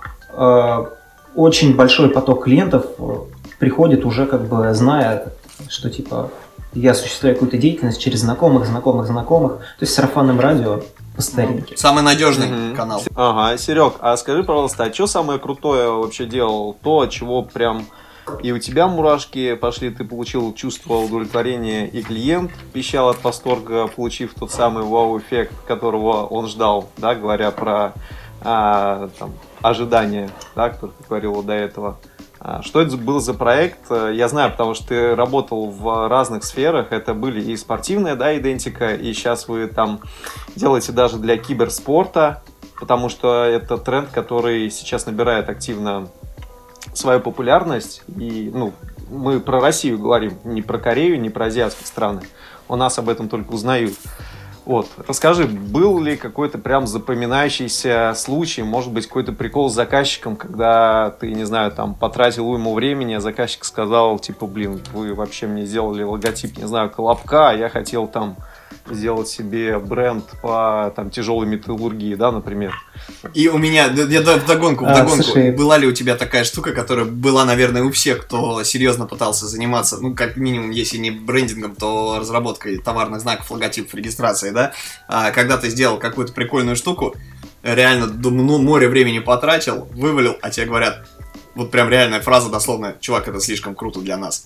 очень большой поток клиентов приходит уже как бы зная, что типа я осуществляю какую-то деятельность через знакомых, то есть сарафанным радио по старинке. Самый надежный канал. Ага, Серег, а скажи, пожалуйста, а что самое крутое вообще делал? То, от чего прям и у тебя мурашки пошли, ты получил чувство удовлетворения, и клиент пищал от восторга, получив тот самый вау-эффект, которого он ждал, да, говоря про там, ожидания, да, который ты говорил до этого. Что это был за проект? Я знаю, потому что ты работал в разных сферах. Это были и спортивная, да, идентика, и сейчас вы там делаете даже для киберспорта, потому что это тренд, который сейчас набирает активно свою популярность. И, ну, мы про Россию говорим, не про Корею, не про азиатские страны. У нас об этом только узнают. Вот. Расскажи, был ли какой-то прям запоминающийся случай, может быть, какой-то прикол с заказчиком, когда ты, не знаю, там, потратил уйму времени, а заказчик сказал, типа, блин, вы вообще мне сделали логотип, не знаю, Колобка, а я хотел там сделать себе бренд по там тяжелой металлургии, да, например. И у меня, я вдогонку, слушай, была ли у тебя такая штука, которая была, наверное, у всех, кто серьезно пытался заниматься, ну, как минимум, если не брендингом, то разработкой товарных знаков, логотипов, регистрацией, да, когда ты сделал какую-то прикольную штуку, реально, ну, море времени потратил, вывалил, а тебе говорят, вот прям реальная фраза дословно, чувак, это слишком круто для нас.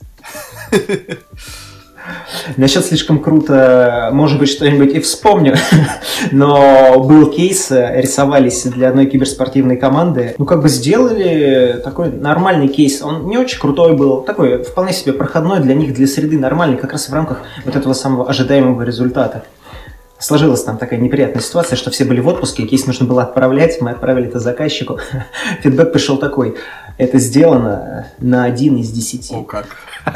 Насчет слишком круто, может быть, что-нибудь и вспомню, но был кейс, рисовались для одной киберспортивной команды, ну, как бы сделали такой нормальный кейс, он не очень крутой был, такой вполне себе проходной для них, для среды, нормальный, как раз в рамках вот этого самого ожидаемого результата. Сложилась там такая неприятная ситуация, что все были в отпуске, кейс нужно было отправлять, мы отправили это заказчику, фидбэк пришел такой, это сделано на 1 из 10. О, как?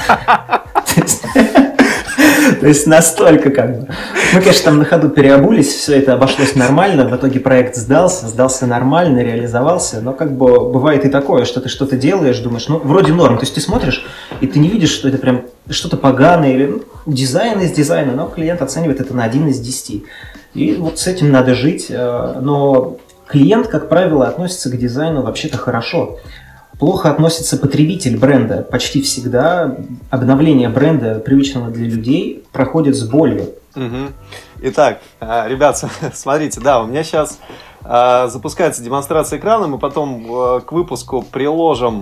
То есть настолько как бы. Мы, конечно, там на ходу переобулись, все это обошлось нормально, в итоге проект сдался нормально, реализовался, но как бы бывает и такое, что ты что-то делаешь, думаешь, ну, вроде норм, то есть ты смотришь, и ты не видишь, что это прям что-то поганое, или ну, дизайн из дизайна, но клиент оценивает это на 1 из 10. И вот с этим надо жить, но клиент, как правило, относится к дизайну вообще-то хорошо. Плохо относится потребитель бренда. Почти всегда обновление бренда, привычного для людей, проходит с болью. Угу. Итак, ребят, смотрите, да, у меня сейчас запускается демонстрация экрана, мы потом к выпуску приложим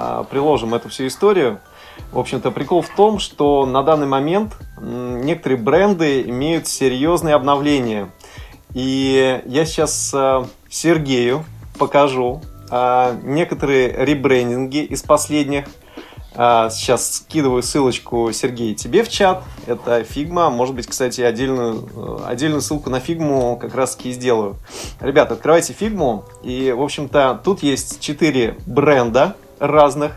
эту всю историю. В общем-то, прикол в том, что на данный момент некоторые бренды имеют серьезные обновления. И я сейчас Сергею покажу некоторые ребрендинги из последних. Сейчас скидываю ссылочку, Сергей, тебе в чат. Это Figma. Может быть, кстати, отдельную ссылку на Figma как раз-таки сделаю. Ребята, открывайте Figma. И, в общем-то, тут есть 4 бренда разных,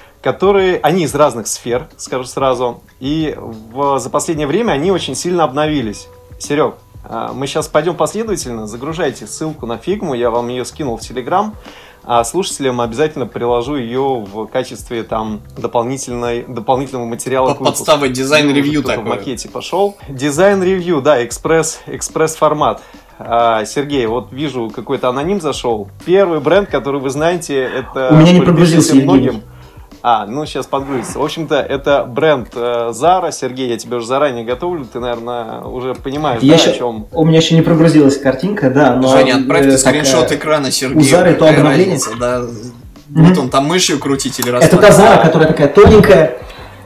они из разных сфер, скажу сразу. И за последнее время они очень сильно обновились. Серег, мы сейчас пойдем последовательно. Загружайте ссылку на Figma. Я вам ее скинул в Telegram. А слушателям обязательно приложу ее в качестве там дополнительного материала. Подставы дизайн-ревью такое. В макете пошел. Дизайн-ревью, да, экспресс-формат. Сергей, вот вижу, какой-то аноним зашел. Первый бренд, который вы знаете, это... У меня не прогрузился многим. Ну сейчас подгрузится. В общем-то, это бренд Zara. Сергей, я тебе уже заранее готовлю. Ты, наверное, уже понимаешь, о чем. У меня еще не прогрузилась картинка, да. Но Женя, отправьте скриншот экрана Сергею. У Zara то обновление. Да. Вот он там мышью крутить или это та Zara, которая такая тоненькая,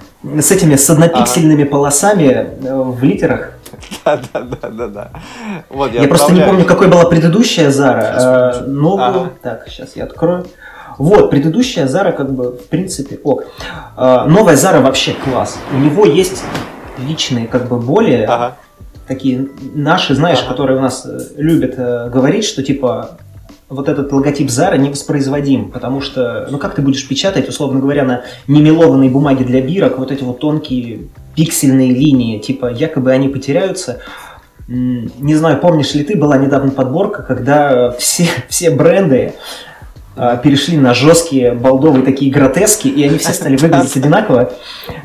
с однопиксельными полосами в литерах. Да. Вот, я просто не помню, какой была предыдущая Zara. Новую. Так, сейчас я открою. Вот, предыдущая Zara как бы, в принципе, ок. Новая Zara вообще класс. У него есть личные как бы боли, такие наши, знаешь, которые у нас любят говорить, что типа вот этот логотип Zara невоспроизводим, потому что, ну как ты будешь печатать, условно говоря, на немелованной бумаге для бирок вот эти вот тонкие пиксельные линии, типа якобы они потеряются. Не знаю, помнишь ли ты, была недавно подборка, когда все бренды перешли на жесткие, болдовые такие гротески, и они все стали выглядеть одинаково.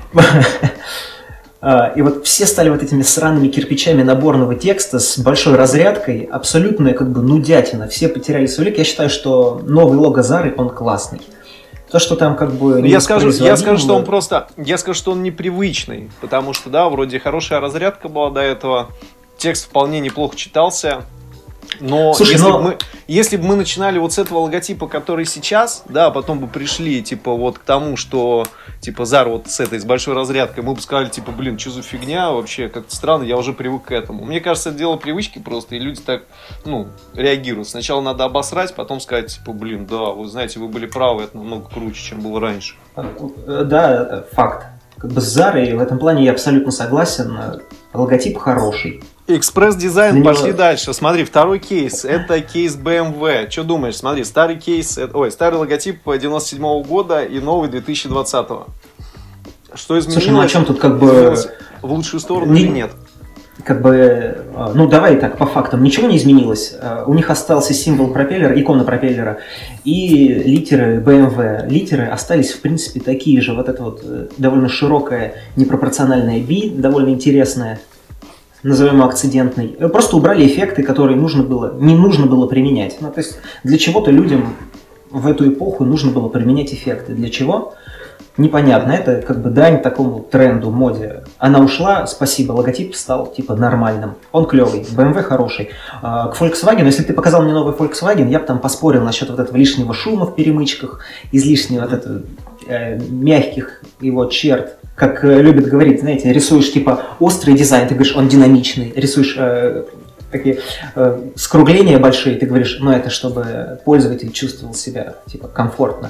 И вот все стали вот этими сраными кирпичами наборного текста с большой разрядкой, абсолютная как бы нудятина. Все потеряли свой лик. Я считаю, что новый лого Zara, он классный. То, что там как бы... Я скажу, что он непривычный, потому что, да, вроде хорошая разрядка была до этого, текст вполне неплохо читался. Но, Слушай, если бы мы начинали вот с этого логотипа, который сейчас, да, а потом бы пришли, типа, вот к тому, что, типа, Zara вот с этой, с большой разрядкой, мы бы сказали, типа, блин, что за фигня вообще, как-то странно, я уже привык к этому. Мне кажется, это дело привычки просто, и люди так, реагируют. Сначала надо обосрать, потом сказать, типа, блин, да, вы знаете, вы были правы, это намного круче, чем было раньше. Да, факт. Как бы с Zara в этом плане я абсолютно согласен. Логотип хороший. Экспресс-дизайн, пошли дальше. Смотри, второй кейс. Это кейс BMW. Что думаешь? Смотри, старый кейс, старый логотип 97-го года и новый 2020-го. Что изменилось? Слушай, о чем тут как бы... В лучшую сторону или нет? Как бы, давай так, по фактам. Ничего не изменилось. У них остался символ пропеллера, икона пропеллера и литеры BMW. Литеры остались, в принципе, такие же. Вот это вот довольно широкая, непропорциональная B, довольно интересная, назовем его акцидентной. Просто убрали эффекты, которые не нужно было применять. То есть для чего-то людям в эту эпоху нужно было применять эффекты. Для чего? Непонятно. Это как бы дань такому тренду, моде. Она ушла, спасибо, логотип стал типа нормальным. Он клевый, BMW хороший. К Volkswagen, если бы ты показал мне новый Volkswagen, я бы там поспорил насчет вот этого лишнего шума в перемычках, излишнего вот этого мягких его черт. Как любят говорить, знаете, рисуешь типа острый дизайн, ты говоришь, он динамичный, рисуешь такие скругления большие, ты говоришь, это чтобы пользователь чувствовал себя типа комфортно.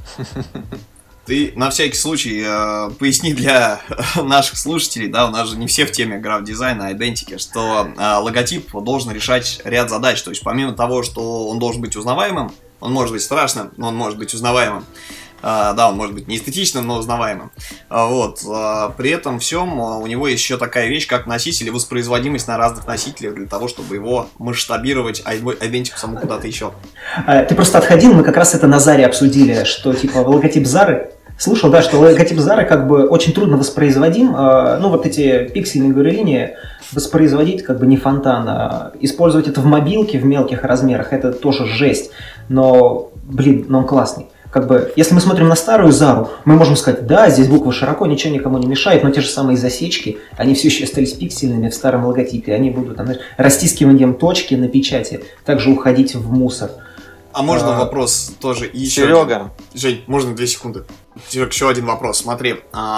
Ты на всякий случай поясни для наших слушателей, да, у нас же не все в теме граф-дизайна, идентики, что логотип должен решать ряд задач. То есть помимо того, что он должен быть узнаваемым, он может быть страшным, но он может быть узнаваемым. Да, он может быть не эстетичным, но узнаваемым. При этом всем у него есть еще такая вещь, как носитель и воспроизводимость на разных носителях для того, чтобы его масштабировать, а его идентику саму куда-то еще. Ты просто отходил, мы как раз это на Заре обсудили, что типа логотип Зары. Слышал, да, что логотип Zara как бы очень трудно воспроизводим. Вот эти пиксельные линии воспроизводить как бы не фонтан. Использовать это в мобилке в мелких размерах, это тоже жесть. Но, он классный. Как бы, если мы смотрим на старую Зару, мы можем сказать, да, здесь буквы широко, ничего никому не мешает, но те же самые засечки, они все еще остались пиксельными в старом логотипе. Они будут растискиванием точки на печати, также уходить в мусор. А можно вопрос тоже? Еще Серега. Жень, можно 2 секунды? Еще один вопрос. Смотри,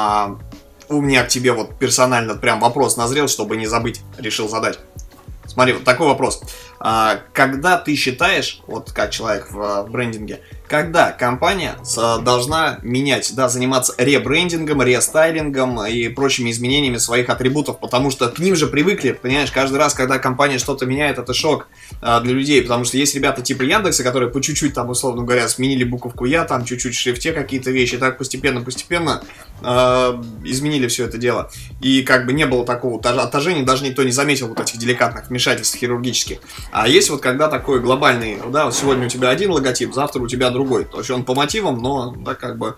у меня к тебе вот персонально прям вопрос назрел, чтобы не забыть, решил задать. Смотри, вот такой вопрос. Когда ты считаешь, вот как человек в брендинге, когда компания должна менять, да, заниматься ребрендингом, рестайлингом и прочими изменениями своих атрибутов, потому что к ним же привыкли, понимаешь, каждый раз, когда компания что-то меняет, это шок для людей, потому что есть ребята типа Яндекса, которые по чуть-чуть там, условно говоря, сменили буковку Я, там чуть-чуть в шрифте какие-то вещи, так постепенно-постепенно изменили все это дело. И как бы не было такого отторжения, даже никто не заметил вот этих деликатных вмешательств хирургических. А есть вот когда такой глобальный, да, вот сегодня у тебя один логотип, завтра у тебя другой. То есть он по мотивам, но, да, как бы,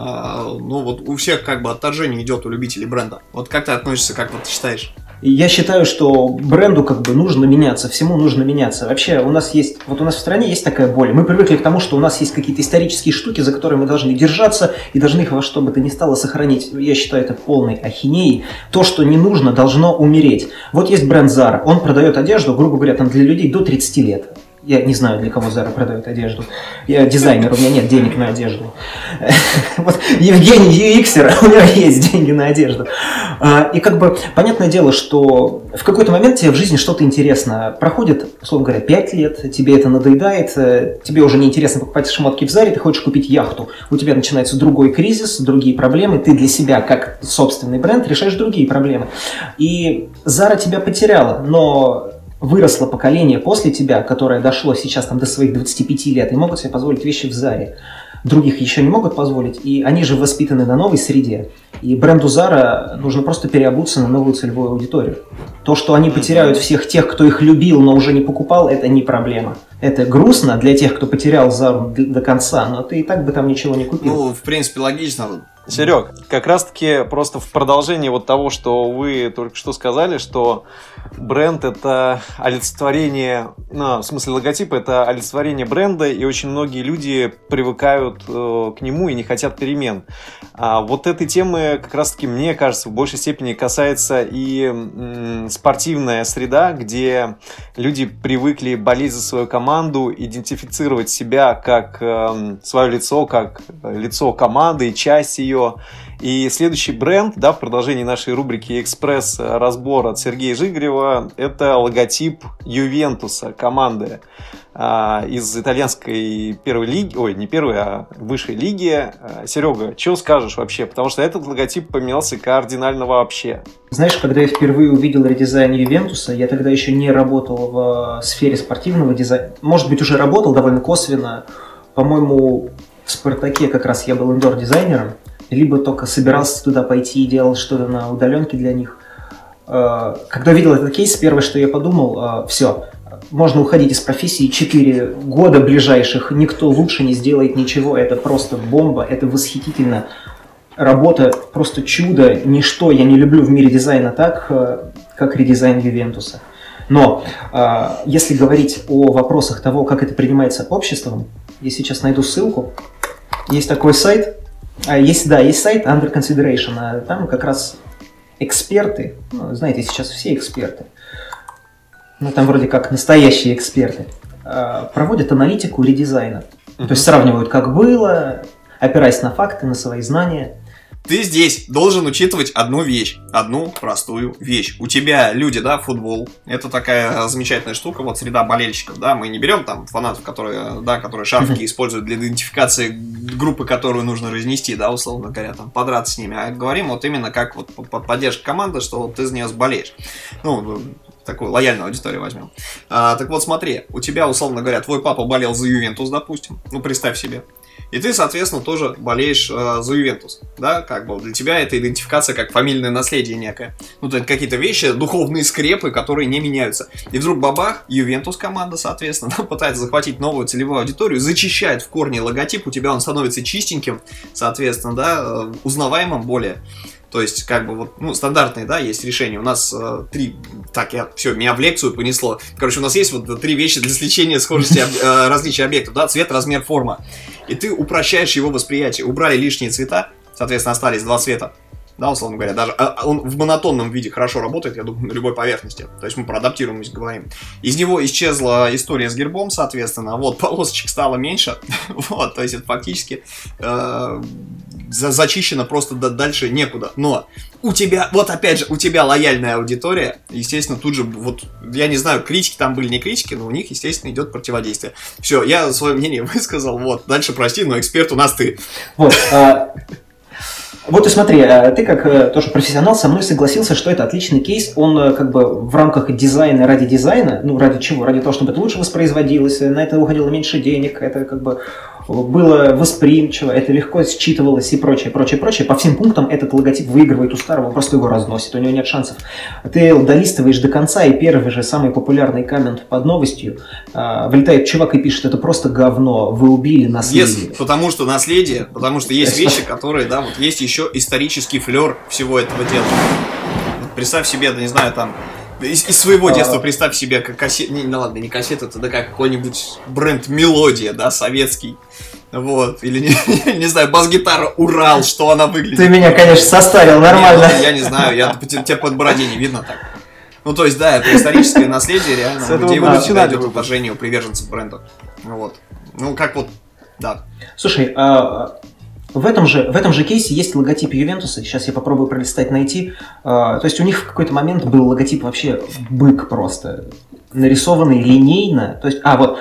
вот у всех как бы отторжение идет у любителей бренда. Вот как ты относишься, как вот ты считаешь? Я считаю, что бренду как бы нужно меняться, всему нужно меняться. Вообще у нас в стране есть такая боль. Мы привыкли к тому, что у нас есть какие-то исторические штуки, за которые мы должны держаться и должны их во что бы то ни стало сохранить. Я считаю это полной ахинеей. То, что не нужно, должно умереть. Вот есть бренд Zara, он продает одежду, грубо говоря, там для людей до 30 лет. Я не знаю, для кого Zara продает одежду. Я дизайнер, у меня нет денег на одежду. Вот Евгений UXер, у него есть деньги на одежду. И как бы понятное дело, что в какой-то момент тебе в жизни что-то интересно. Проходит, условно говоря, 5 лет, тебе это надоедает, тебе уже неинтересно покупать шмотки в Заре, ты хочешь купить яхту. У тебя начинается другой кризис, другие проблемы. Ты для себя, как собственный бренд, решаешь другие проблемы. И Zara тебя потеряла, но выросло поколение после тебя, которое дошло сейчас там до своих 25 лет и могут себе позволить вещи в Заре. Других еще не могут позволить, и они же воспитаны на новой среде. И бренду Zara нужно просто переобуться на новую целевую аудиторию. То, что они потеряют всех тех, кто их любил, но уже не покупал, это не проблема. Это грустно для тех, кто потерял Zara до конца, но ты и так бы там ничего не купил. Ну, в принципе, логично. Серег, как раз-таки просто в продолжении вот того, что вы только что сказали, что бренд — это олицетворение, в смысле логотип — это олицетворение бренда, и очень многие люди привыкают к нему и не хотят перемен. Вот этой темы проблемы, как раз-таки, мне кажется, в большей степени касается и спортивная среда, где люди привыкли болеть за свою команду, идентифицировать себя как свое лицо, как лицо команды, часть ее. И следующий бренд, да, в продолжении нашей рубрики «Экспресс-разбор» от Сергея Жигарева, это логотип Ювентуса, команды из итальянской первой лиги, ой, не первой, а высшей лиги. Серега, что скажешь вообще? Потому что этот логотип поменялся кардинально вообще. Знаешь, когда я впервые увидел редизайн Ювентуса, я тогда еще не работал в сфере спортивного дизайна. Может быть, уже работал довольно косвенно. По-моему, в «Спартаке» как раз я был индор-дизайнером, либо только собирался туда пойти и делал что-то на удаленке для них. Когда увидел этот кейс, первое, что я подумал, все, можно уходить из профессии, 4 года ближайших, никто лучше не сделает ничего, это просто бомба, это восхитительно. Работа просто чудо, ничто я не люблю в мире дизайна так, как редизайн Ювентуса. Но если говорить о вопросах того, как это принимается обществом, я сейчас найду ссылку, есть такой сайт, есть сайт Under Consideration, а там как раз эксперты, ну, знаете, сейчас все эксперты, ну там вроде как настоящие эксперты, проводят аналитику редизайна. То есть сравнивают, как было, опираясь на факты, на свои знания. Ты здесь должен учитывать одну вещь, одну простую вещь. У тебя люди, да, футбол, это такая замечательная штука, вот среда болельщиков, да, мы не берем там фанатов, которые шарфики используют для идентификации группы, которую нужно разнести, да, условно говоря, там, подраться с ними, а говорим вот именно как вот поддержка команды, что вот ты за нее болеешь. Ну, такую лояльную аудиторию возьмем. Так вот, смотри, у тебя, условно говоря, твой папа болел за Ювентус, допустим, ну, представь себе. И ты, соответственно, тоже болеешь за Ювентус, да, как бы для тебя это идентификация как фамильное наследие некое. Ну, то есть какие-то вещи, духовные скрепы, которые не меняются. И вдруг бабах, Ювентус команда, соответственно, пытается захватить новую целевую аудиторию, зачищает в корне логотип, у тебя он становится чистеньким, соответственно, да, узнаваемым более. То есть, как бы, вот, ну, стандартные, да, есть решения. У нас 3... Так, меня в лекцию понесло. Короче, у нас есть вот 3 вещи для сличения схожести различия объектов, да, цвет, размер, форма. И ты упрощаешь его восприятие. Убрали лишние цвета, соответственно, остались 2 цвета. Да, условно говоря, даже он в монотонном виде хорошо работает, я думаю, на любой поверхности. То есть мы про адаптируемость говорим. Из него исчезла история с гербом, соответственно, вот, полосочек стало меньше. Вот, то есть это фактически зачищено просто дальше некуда. Но у тебя, вот опять же, у тебя лояльная аудитория, естественно, тут же, вот, я не знаю, критики там были, не критики, но у них, естественно, идет противодействие. Все, я свое мнение высказал, вот, дальше прости, но эксперт у нас ты. Вот, вот и смотри, ты как тоже профессионал со мной согласился, что это отличный кейс, он как бы в рамках дизайна ради дизайна, ну ради чего? Ради того, чтобы это лучше воспроизводилось, на это уходило меньше денег, это как бы было восприимчиво, это легко считывалось и прочее, прочее, прочее. По всем пунктам этот логотип выигрывает у старого, он просто его разносит, у него нет шансов. Ты долистываешь до конца, и первый же самый популярный коммент под новостью вылетает чувак и пишет: это просто говно, вы убили наследие. Yes, потому что наследие, потому что есть вещи, которые, да, вот есть еще исторический флер всего этого дела. Вот представь себе, да не знаю, там, из своего детства представь себе, как кассет, не кассет, это да как какой-нибудь бренд «Мелодия», да, советский. Вот, или, не знаю, бас-гитара «Урал», что она выглядит. Ты меня, конечно, составил нормально. Нет, я не знаю, тебя под бороде не видно так. Ну, то есть, да, это историческое наследие, реально. У людей всегда идет уважение у приверженцев бренда. Вот. Ну, как вот, да. Слушай, в этом же кейсе есть логотип Ювентуса. Сейчас я попробую пролистать, найти. То есть у них в какой-то момент был логотип вообще бык просто. Нарисованный линейно. То есть, вот,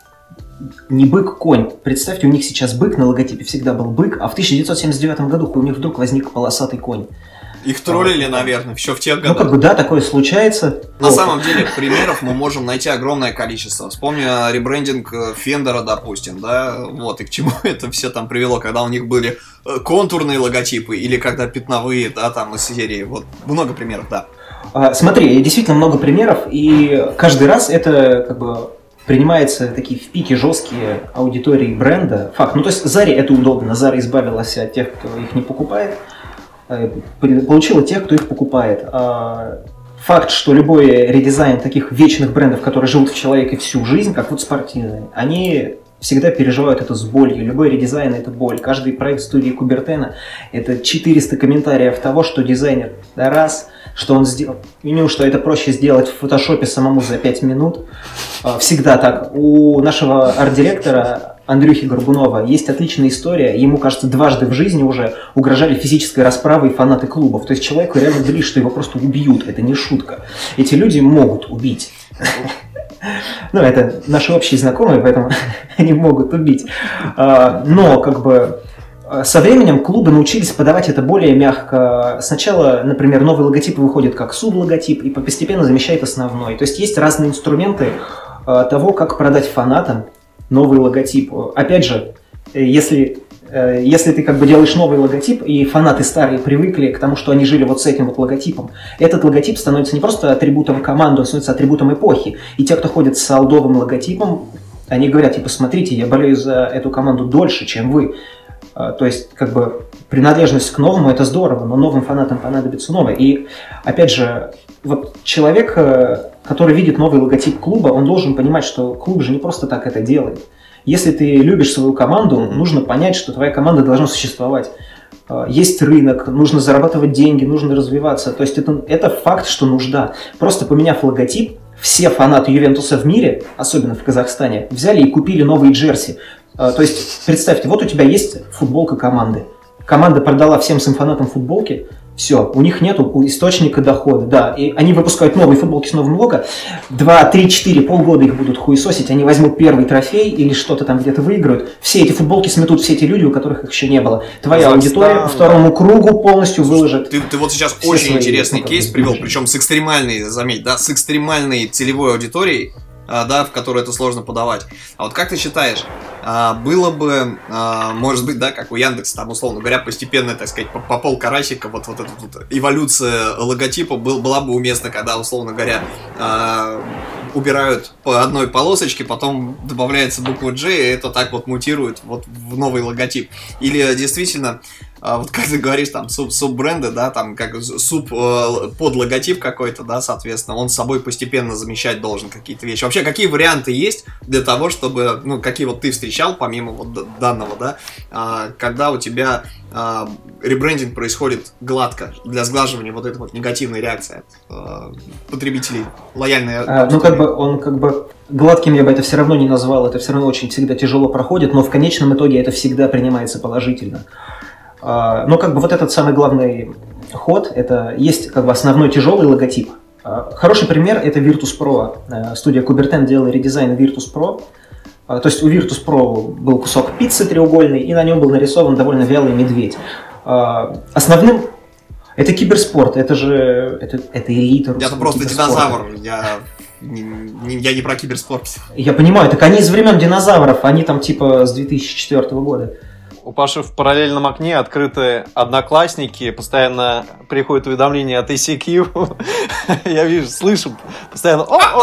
не бык-конь. Представьте, у них сейчас бык на логотипе, всегда был бык, а в 1979 году у них вдруг возник полосатый конь. Их троллили, наверное, все в тех годах. Ну, как бы, да, такое случается. На самом деле, примеров мы можем найти огромное количество. Вспомни ребрендинг Фендера, допустим, да, вот, и к чему это все там привело, когда у них были контурные логотипы, или когда пятновые, да, там, из серии, вот, много примеров, да. Смотри, действительно много примеров, и каждый раз это, как бы, принимаются такие в пике жесткие аудитории бренда. Факт. Ну, то есть Заре это удобно, Зара избавилась от тех, кто их не покупает, получила тех, кто их покупает. Факт, что любой редизайн таких вечных брендов, которые живут в человеке всю жизнь, как вот спортивные, они всегда переживают это с болью. Любой редизайн — это боль. Каждый проект студии Кубертена — это 400 комментариев того, что дизайнер, да, раз, что он сделал меню, что это проще сделать в фотошопе самому за 5 минут. Всегда так. У нашего арт-директора Андрюхи Горбунова есть отличная история. Ему, кажется, дважды в жизни уже угрожали физической расправой фанаты клубов. То есть человеку реально говорили, что его просто убьют. Это не шутка. Эти люди могут убить. Ну, это наши общие знакомые, поэтому они могут убить. Но, как бы, со временем клубы научились подавать это более мягко. Сначала, например, новый логотип выходит как сублоготип и постепенно замещает основной. То есть есть разные инструменты того, как продать фанатам новый логотип. Опять же, если ты как бы делаешь новый логотип, и фанаты старые привыкли к тому, что они жили вот с этим вот логотипом, этот логотип становится не просто атрибутом команды, он становится атрибутом эпохи. И те, кто ходит с олдовым логотипом, они говорят, типа, смотрите, я болею за эту команду дольше, чем вы. То есть, как бы, принадлежность к новому — это здорово, но новым фанатам понадобится новое. И, опять же, вот человек, который видит новый логотип клуба, он должен понимать, что клуб же не просто так это делает. Если ты любишь свою команду, нужно понять, что твоя команда должна существовать. Есть рынок, нужно зарабатывать деньги, нужно развиваться. То есть это факт, что нужда. Просто поменяв логотип, все фанаты Ювентуса в мире, особенно в Казахстане, взяли и купили новые джерси. То есть представьте, вот у тебя есть футболка команды. Команда продала всем своим фанатам футболки. Все, у них нету источника дохода, да, и они выпускают новые футболки с новым лого, 2, 3, 4, полгода их будут хуесосить, они возьмут первый трофей или что-то там где-то выиграют, все эти футболки сметут все эти люди, у которых их еще не было. Твоя аудитория по второму кругу полностью выложит. Ты вот сейчас очень интересный кейс привел, причем с экстремальной, заметь, да, с экстремальной целевой аудиторией, да, в которой это сложно подавать. А вот как ты считаешь, было бы, может быть, да, как у Яндекса, там, условно говоря, постепенно, так сказать, по полкарасика, вот эта вот эволюция логотипа была бы уместна, когда, условно говоря, убирают по одной полосочке, потом добавляется буква G, и это так вот мутирует вот в новый логотип. Или действительно, вот как ты говоришь, там, суббренды, да, там, как под логотип какой-то, да, соответственно, он с собой постепенно замещать должен какие-то вещи. Вообще, какие варианты есть для того, чтобы, ну, какие вот ты встречал, помимо вот данного, да, когда у тебя ребрендинг происходит гладко, для сглаживания вот этой вот негативной реакции от потребителей, лояльной аудитории? Ну, как бы, он как бы гладким я бы это все равно не назвал, это все равно очень всегда тяжело проходит, но в конечном итоге это всегда принимается положительно. Но как бы вот этот самый главный ход, это есть как бы основной тяжелый логотип. Хороший пример — это Virtus Pro. Студия Кубертен делала редизайн Virtus Pro. То есть у Virtus Pro был кусок пиццы треугольный, и на нем был нарисован довольно вялый медведь. Основным это киберспорт, это же это элита. Это просто динозавр. Я не про киберспорт. Я понимаю, так они из времен динозавров, они там типа с 2004 года. У Паши в параллельном окне открыты Одноклассники, постоянно приходят уведомления от ICQ. Я вижу, слышу постоянно.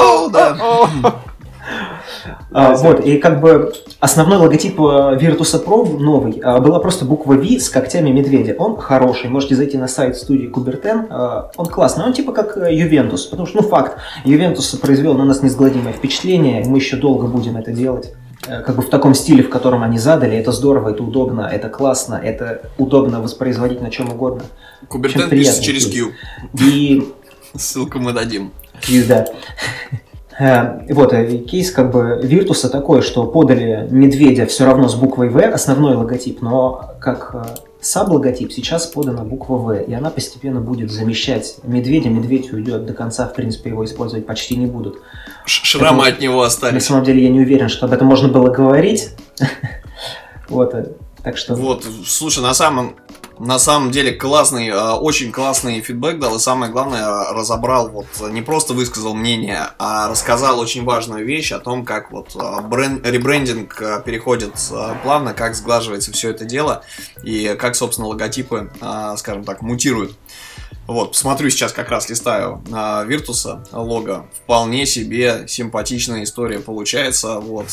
Вот, и как бы основной логотип Virtus Pro новый была просто буква V с когтями медведя. Он хороший, можете зайти на сайт студии Кубертен, он классный, он типа как Ювентус, потому что, ну, факт, Ювентус произвел на нас неизгладимое впечатление, мы еще долго будем это делать. Как бы в таком стиле, в котором они задали, это здорово, это удобно, это классно, это удобно воспроизводить на чем угодно. Кубертен пишется через Q. И... Ссылку мы дадим. Q, да. Вот, кейс как бы Virtus такой, что подали медведя все равно с буквой V, основной логотип, но как саб-логотип сейчас подана буква V, и она постепенно будет замещать медведя, медведь уйдет до конца, в принципе, его использовать почти не будут. Шрамы от него остались. На самом деле я не уверен, что об этом можно было говорить. Вот, так что... Вот, слушай, на самом деле классный, очень классный фидбэк дал, и самое главное, разобрал, вот, не просто высказал мнение, а рассказал очень важную вещь о том, как вот ребрендинг переходит плавно, как сглаживается все это дело, и как, собственно, логотипы, скажем так, мутируют. Вот, смотрю сейчас, как раз листаю Virtus лого, вполне себе симпатичная история получается, вот,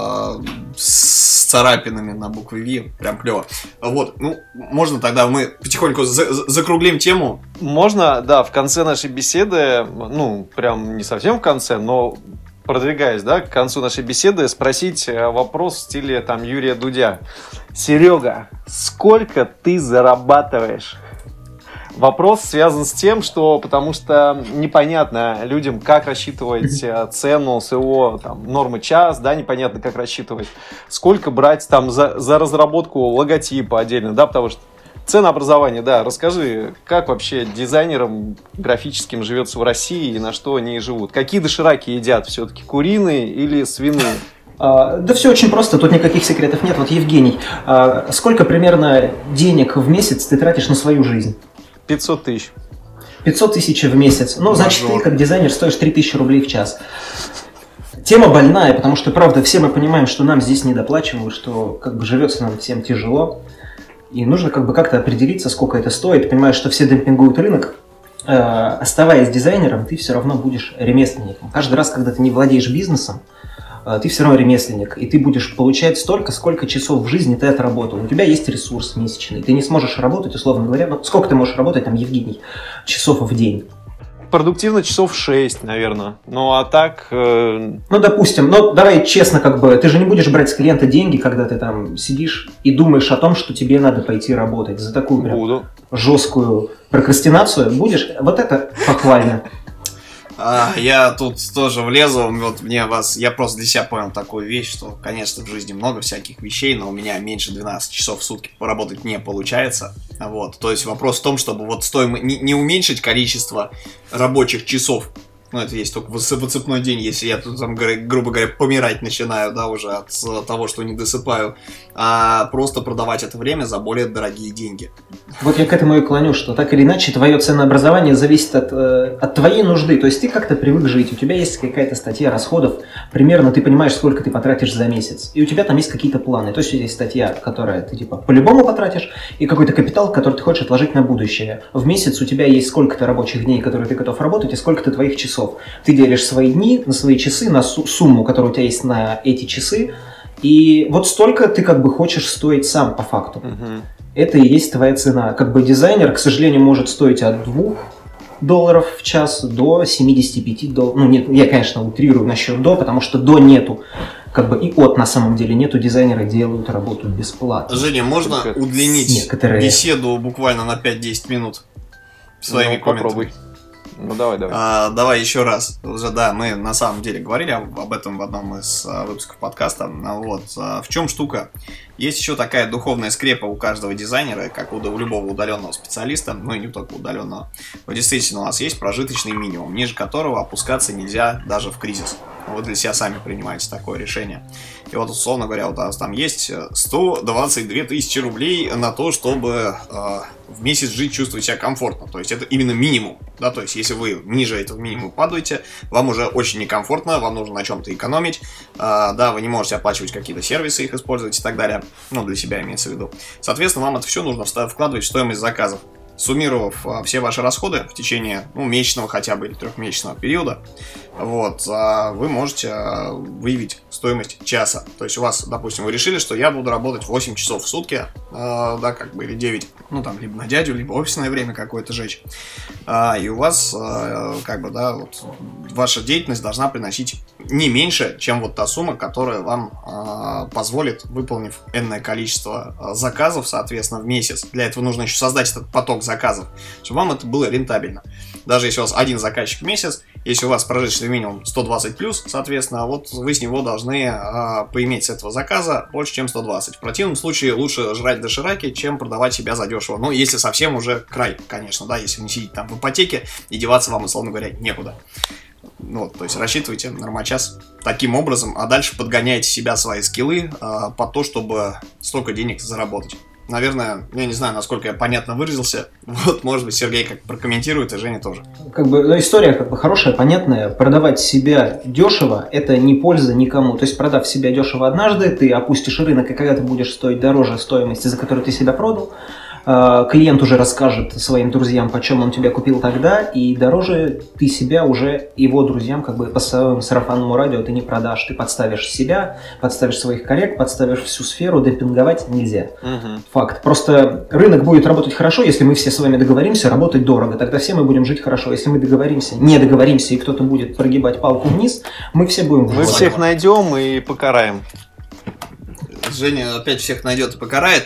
с царапинами на букве V, прям клево. Вот, ну, можно тогда мы потихоньку закруглим тему. Можно, да, в конце нашей беседы, ну, прям не совсем в конце, но продвигаясь, да, к концу нашей беседы, спросить вопрос в стиле там Юрия Дудя. Серега, сколько ты зарабатываешь? Вопрос связан с тем, что потому что непонятно людям, как рассчитывать цену с его там, нормы час, да, непонятно, как рассчитывать, сколько брать там за разработку логотипа отдельно, да, потому что ценообразование, да, расскажи, как вообще дизайнерам графическим живется в России и на что они живут? Какие дошираки едят все-таки, куриные или свиные? Да все очень просто, тут никаких секретов нет. Вот, Евгений, сколько примерно денег в месяц ты тратишь на свою жизнь? 500 тысяч. 500 тысяч в месяц. Ну, значит, ты как дизайнер стоишь 3000 рублей в час. Тема больная, потому что, правда, все мы понимаем, что нам здесь недоплачивают, что как бы живется нам всем тяжело. И нужно как бы как-то определиться, сколько это стоит. Ты понимаешь, что все демпингуют рынок. Оставаясь дизайнером, ты все равно будешь ремесленником. Каждый раз, когда ты не владеешь бизнесом, ты все равно ремесленник, и ты будешь получать столько, сколько часов в жизни ты отработал. У тебя есть ресурс месячный, ты не сможешь работать, условно говоря, ну, сколько ты можешь работать, там, Евгений, часов в день? Продуктивно часов 6, наверное. Ну, а так... Ну, допустим, ну, давай честно, как бы, ты же не будешь брать с клиента деньги, когда ты там сидишь и думаешь о том, что тебе надо пойти работать за такую прям жесткую прокрастинацию. Будешь? Вот это похвально. Я тут тоже влезу, вот я просто для себя понял такую вещь, что, конечно, в жизни много всяких вещей, но у меня меньше 12 часов в сутки поработать не получается, вот, то есть вопрос в том, чтобы вот не уменьшить количество рабочих часов, ну, это есть только выцепной день, если я тут, там, грубо говоря, помирать начинаю, да, уже от того, что не досыпаю, а просто продавать это время за более дорогие деньги. Вот я к этому и клоню, что так или иначе твое ценообразование зависит от твоей нужды, то есть ты как-то привык жить, у тебя есть какая-то статья расходов, примерно ты понимаешь, сколько ты потратишь за месяц, и у тебя там есть какие-то планы, то есть есть статья, которая ты типа по-любому потратишь, и какой-то капитал, который ты хочешь отложить на будущее. В месяц у тебя есть сколько-то рабочих дней, которые ты готов работать, и сколько-то твоих часов. Ты делишь свои дни на свои часы, на сумму, которая у тебя есть на эти часы, и вот столько ты как бы хочешь стоить сам по факту. Угу. Это и есть твоя цена. Как бы дизайнер, к сожалению, может стоить от $2 в час до $75. Ну, нет, я, конечно, утрирую насчет до, потому что до нету. Как бы и от на самом деле нету, дизайнеры делают работу бесплатно. Женя, можно только удлинить беседу буквально на 5-10 минут своими комментами? Попробуй. Ну, давай. Давай еще раз. Уже, да, мы на самом деле говорили об этом в одном из выпусков подкаста. Вот. В чем штука? Есть еще такая духовная скрепа у каждого дизайнера, как у любого удаленного специалиста, ну и не только удаленного. Вот действительно, у нас есть прожиточный минимум, ниже которого опускаться нельзя даже в кризис. Вы для себя сами принимаете такое решение. И вот, условно говоря, вот у нас там есть 122 тысячи рублей на то, чтобы в месяц жить, чувствовать себя комфортно. То есть это именно минимум. Да? То есть если вы ниже этого минимума падаете, вам уже очень некомфортно, вам нужно на чем-то экономить. Да, вы не можете оплачивать какие-то сервисы, их использовать и так далее. Ну, для себя имеется в виду. Соответственно, вам это все нужно вкладывать в стоимость заказов. Суммировав все ваши расходы в течение месячного хотя бы или 3-месячного периода, вот, вы можете выявить стоимость часа. То есть у вас, допустим, вы решили, что я буду работать 8 часов в сутки, да, как бы, или 9, ну, там, либо на дядю, либо офисное время какое-то жечь. И у вас, как бы, да, вот, ваша деятельность должна приносить не меньше, чем вот та сумма, которая вам позволит, выполнив энное количество заказов, соответственно, в месяц. Для этого нужно еще создать этот поток заказов, чтобы вам это было рентабельно. Даже если у вас один заказчик в месяц, если у вас прожиточный минимум 120 плюс, соответственно, вот вы с него должны поиметь с этого заказа больше, чем 120. В противном случае лучше жрать дошираки, чем продавать себя задешево. Ну, если совсем уже край, конечно, да, если не сидите там в ипотеке и деваться вам, условно говоря, некуда. Вот, то есть рассчитывайте нормочас таким образом, а дальше подгоняйте себя, свои скиллы по то, чтобы столько денег заработать. Наверное, я не знаю, насколько я понятно выразился. Вот, может быть, Сергей как прокомментирует, и Женя тоже. Как бы, ну, история как бы хорошая, понятная. Продавать себя дешево – это не польза никому. То есть, продав себя дешево однажды, ты опустишь рынок, и когда ты будешь стоить дороже стоимости, за которую ты себя продал, клиент уже расскажет своим друзьям, почем он тебя купил тогда, и дороже ты себя уже его друзьям как бы по своему сарафанному радио ты не продашь. Ты подставишь себя, подставишь своих коллег, подставишь всю сферу, демпинговать нельзя. Факт. Просто рынок будет работать хорошо, если мы все с вами договоримся работать дорого. Тогда все мы будем жить хорошо. Если мы договоримся, не договоримся, и кто-то будет прогибать палку вниз, мы все будем Мы всех найдем и покараем. Женя опять всех найдет и покарает,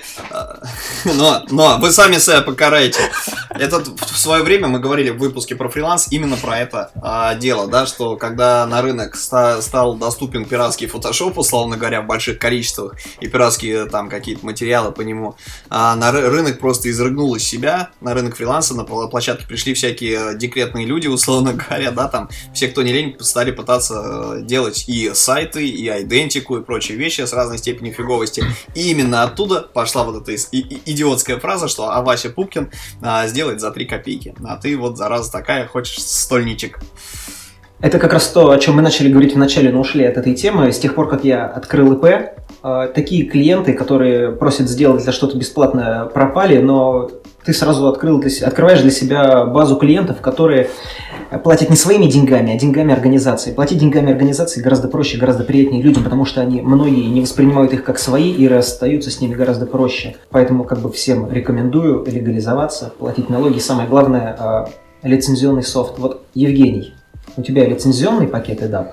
но вы сами себя покараете. Это в свое время мы говорили в выпуске про фриланс именно про это дело, да, что когда на рынок стал доступен пиратский фотошоп, условно говоря, в больших количествах, и пиратские там какие-то материалы по нему, на рынок просто изрыгнул из себя, на рынок фриланса, на площадке пришли всякие декретные люди, условно говоря, да, там все, кто не лень, стали пытаться делать и сайты, и идентику, и прочие вещи с разной степенью фиговости. И именно оттуда пошла вот эта идиотская фраза, что Вася Пупкин сделает за 3 копейки. А ты вот, зараза такая, хочешь стольничек. Это как раз то, о чем мы начали говорить в начале, но ушли от этой темы. С тех пор, как я открыл ИП, такие клиенты, которые просят сделать за что-то бесплатно, пропали, но ты сразу открываешь для себя базу клиентов, которые платят не своими деньгами, а деньгами организации. Платить деньгами организации гораздо проще, гораздо приятнее людям, потому что многие не воспринимают их как свои и расстаются с ними гораздо проще. Поэтому как бы всем рекомендую легализоваться, платить налоги. Самое главное, лицензионный софт. Вот, Евгений, у тебя лицензионный пакет EDAP?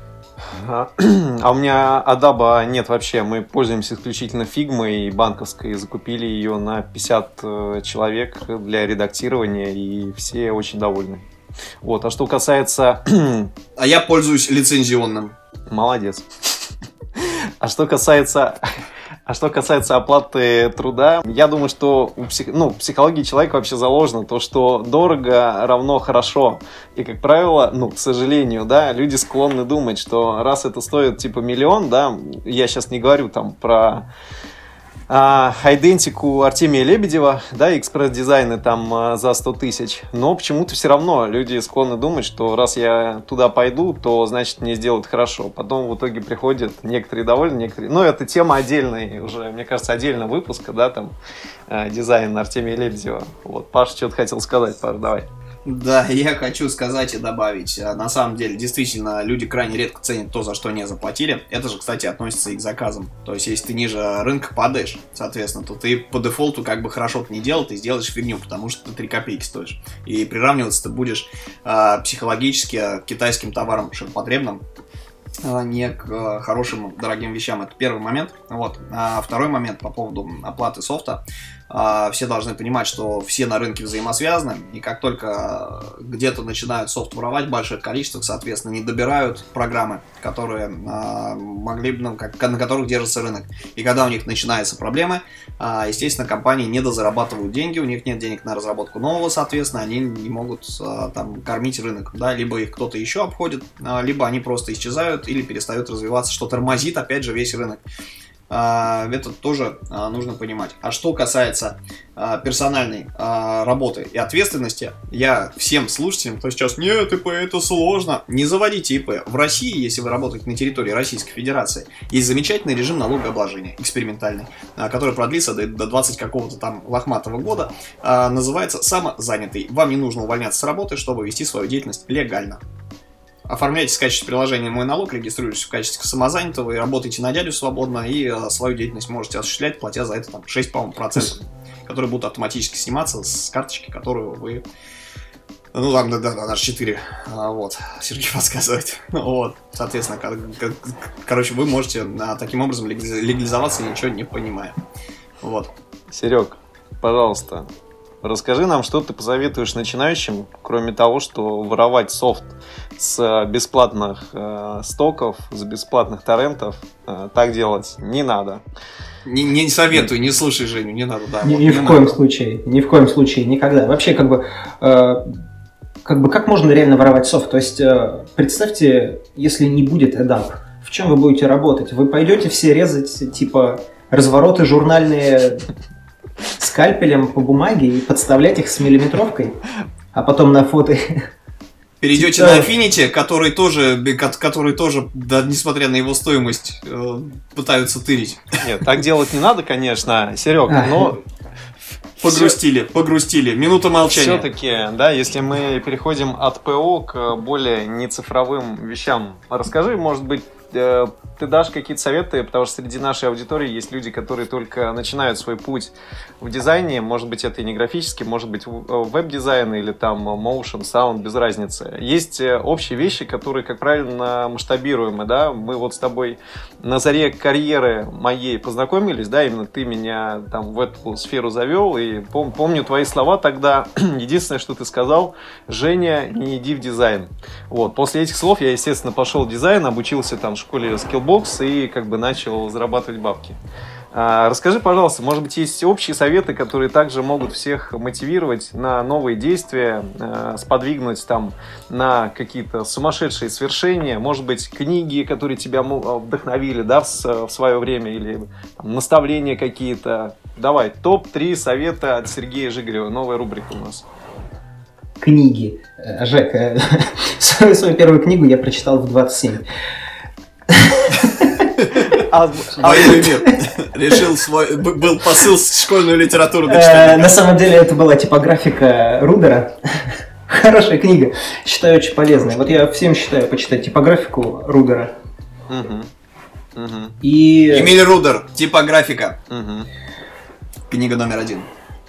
А у меня Adobe нет вообще. Мы пользуемся исключительно фигмой и банковской. Закупили ее на 50 человек для редактирования, и все очень довольны. Вот. А что касается... А я пользуюсь лицензионным. Молодец. А что касается оплаты труда, я думаю, что в психологии человека вообще заложено то, что дорого равно хорошо. И, как правило, к сожалению, да, люди склонны думать, что раз это стоит типа 1 миллион, да, я сейчас не говорю там про идентику Артемия Лебедева, да, экспресс-дизайны там за 100 тысяч, но почему-то все равно люди склонны думать, что раз я туда пойду, то значит мне сделают хорошо. Потом в итоге приходят некоторые довольны, некоторые... Ну, это тема отдельной уже, мне кажется, отдельного выпуска, да, там, дизайн Артемия Лебедева. Вот, Паша что-то хотел сказать, Паш, давай. Да, я хочу сказать и добавить. На самом деле, действительно, люди крайне редко ценят то, за что не заплатили. Это же, кстати, относится и к заказам. То есть, если ты ниже рынка падаешь, соответственно, то ты по дефолту как бы хорошо-то не делал, ты сделаешь фигню, потому что ты 3 копейки стоишь. И приравниваться ты будешь психологически к китайским товарам ширпотребным, не к хорошим дорогим вещам. Это первый момент. Вот. А второй момент по поводу оплаты софта. Все должны понимать, что все на рынке взаимосвязаны, и как только где-то начинают софт воровать в больших количествах, соответственно, не добирают программы, которые могли бы, на которых держится рынок. И когда у них начинаются проблемы, естественно, компании недозарабатывают деньги, у них нет денег на разработку нового, соответственно, они не могут там кормить рынок. Да? Либо их кто-то еще обходит, либо они просто исчезают или перестают развиваться, что тормозит, опять же, весь рынок. Это тоже нужно понимать. А что касается персональной работы и ответственности, я всем слушателям, кто сейчас «нет, ИП это сложно», не заводите ИП. В России, если вы работаете на территории Российской Федерации, есть замечательный режим налогообложения, экспериментальный, который продлится до 20 какого-то там лохматого года, называется «самозанятый». Вам не нужно увольняться с работы, чтобы вести свою деятельность легально. Оформляйтесь в качестве приложения «Мой налог», регистрируйтесь в качестве самозанятого и работаете на дядю свободно, и свою деятельность можете осуществлять, платя за это там 6, по-моему, процентов, которые будут автоматически сниматься с карточки, которую вы... Ну, там, да, даже 4. Вот, Сергей подсказывает. Вот, соответственно, короче, вы можете таким образом легализоваться, ничего не понимая. Вот. Серег, пожалуйста, расскажи нам, что ты посоветуешь начинающим, кроме того, что воровать софт с бесплатных стоков, с бесплатных торрентов. Так делать не надо. Не советую, не слушай Женю, не надо. Да, ни в коем случае, ни в коем случае, никогда. Вообще, как можно реально воровать софт? То есть, представьте, если не будет EDAP, в чем вы будете работать? Вы пойдете все резать, типа, развороты журнальные скальпелем по бумаге и подставлять их с миллиметровкой, а потом на фото... Перейдете на Affinity, который тоже, да, несмотря на его стоимость, пытаются тырить. Нет, так делать не надо, конечно, Серег, но Погрустили. Минута молчания. Все-таки, да, если мы переходим от ПО к более нецифровым вещам, расскажи, может быть, ты дашь какие-то советы, потому что среди нашей аудитории есть люди, которые только начинают свой путь в дизайне, может быть, это и не графический, может быть, веб-дизайн или там motion, sound, без разницы. Есть общие вещи, которые, как правильно, масштабируемы, да, мы вот с тобой на заре карьеры моей познакомились, да, именно ты меня там в эту сферу завел, и помню твои слова тогда, единственное, что ты сказал: Женя, не иди в дизайн. Вот, после этих слов я, естественно, пошел в дизайн, обучился там в школе Skillbox и как бы начал зарабатывать бабки. Расскажи, пожалуйста, может быть, есть общие советы, которые также могут всех мотивировать на новые действия, сподвигнуть там на какие-то сумасшедшие свершения, может быть, книги, которые тебя вдохновили, да, в свое время, или там, наставления какие-то. Давай, топ-3 совета от Сергея Жигарева, новая рубрика у нас. Книги. Жек, свою первую книгу я прочитал в 27. Военный мир. Решил был посыл школьную литературу дочитать. На самом деле это была типографика Рудера. Хорошая книга. Считаю, очень полезная. Вот я всем считаю почитать типографику Рудера. И... Эмиль Рудер, типографика. Книга номер 1.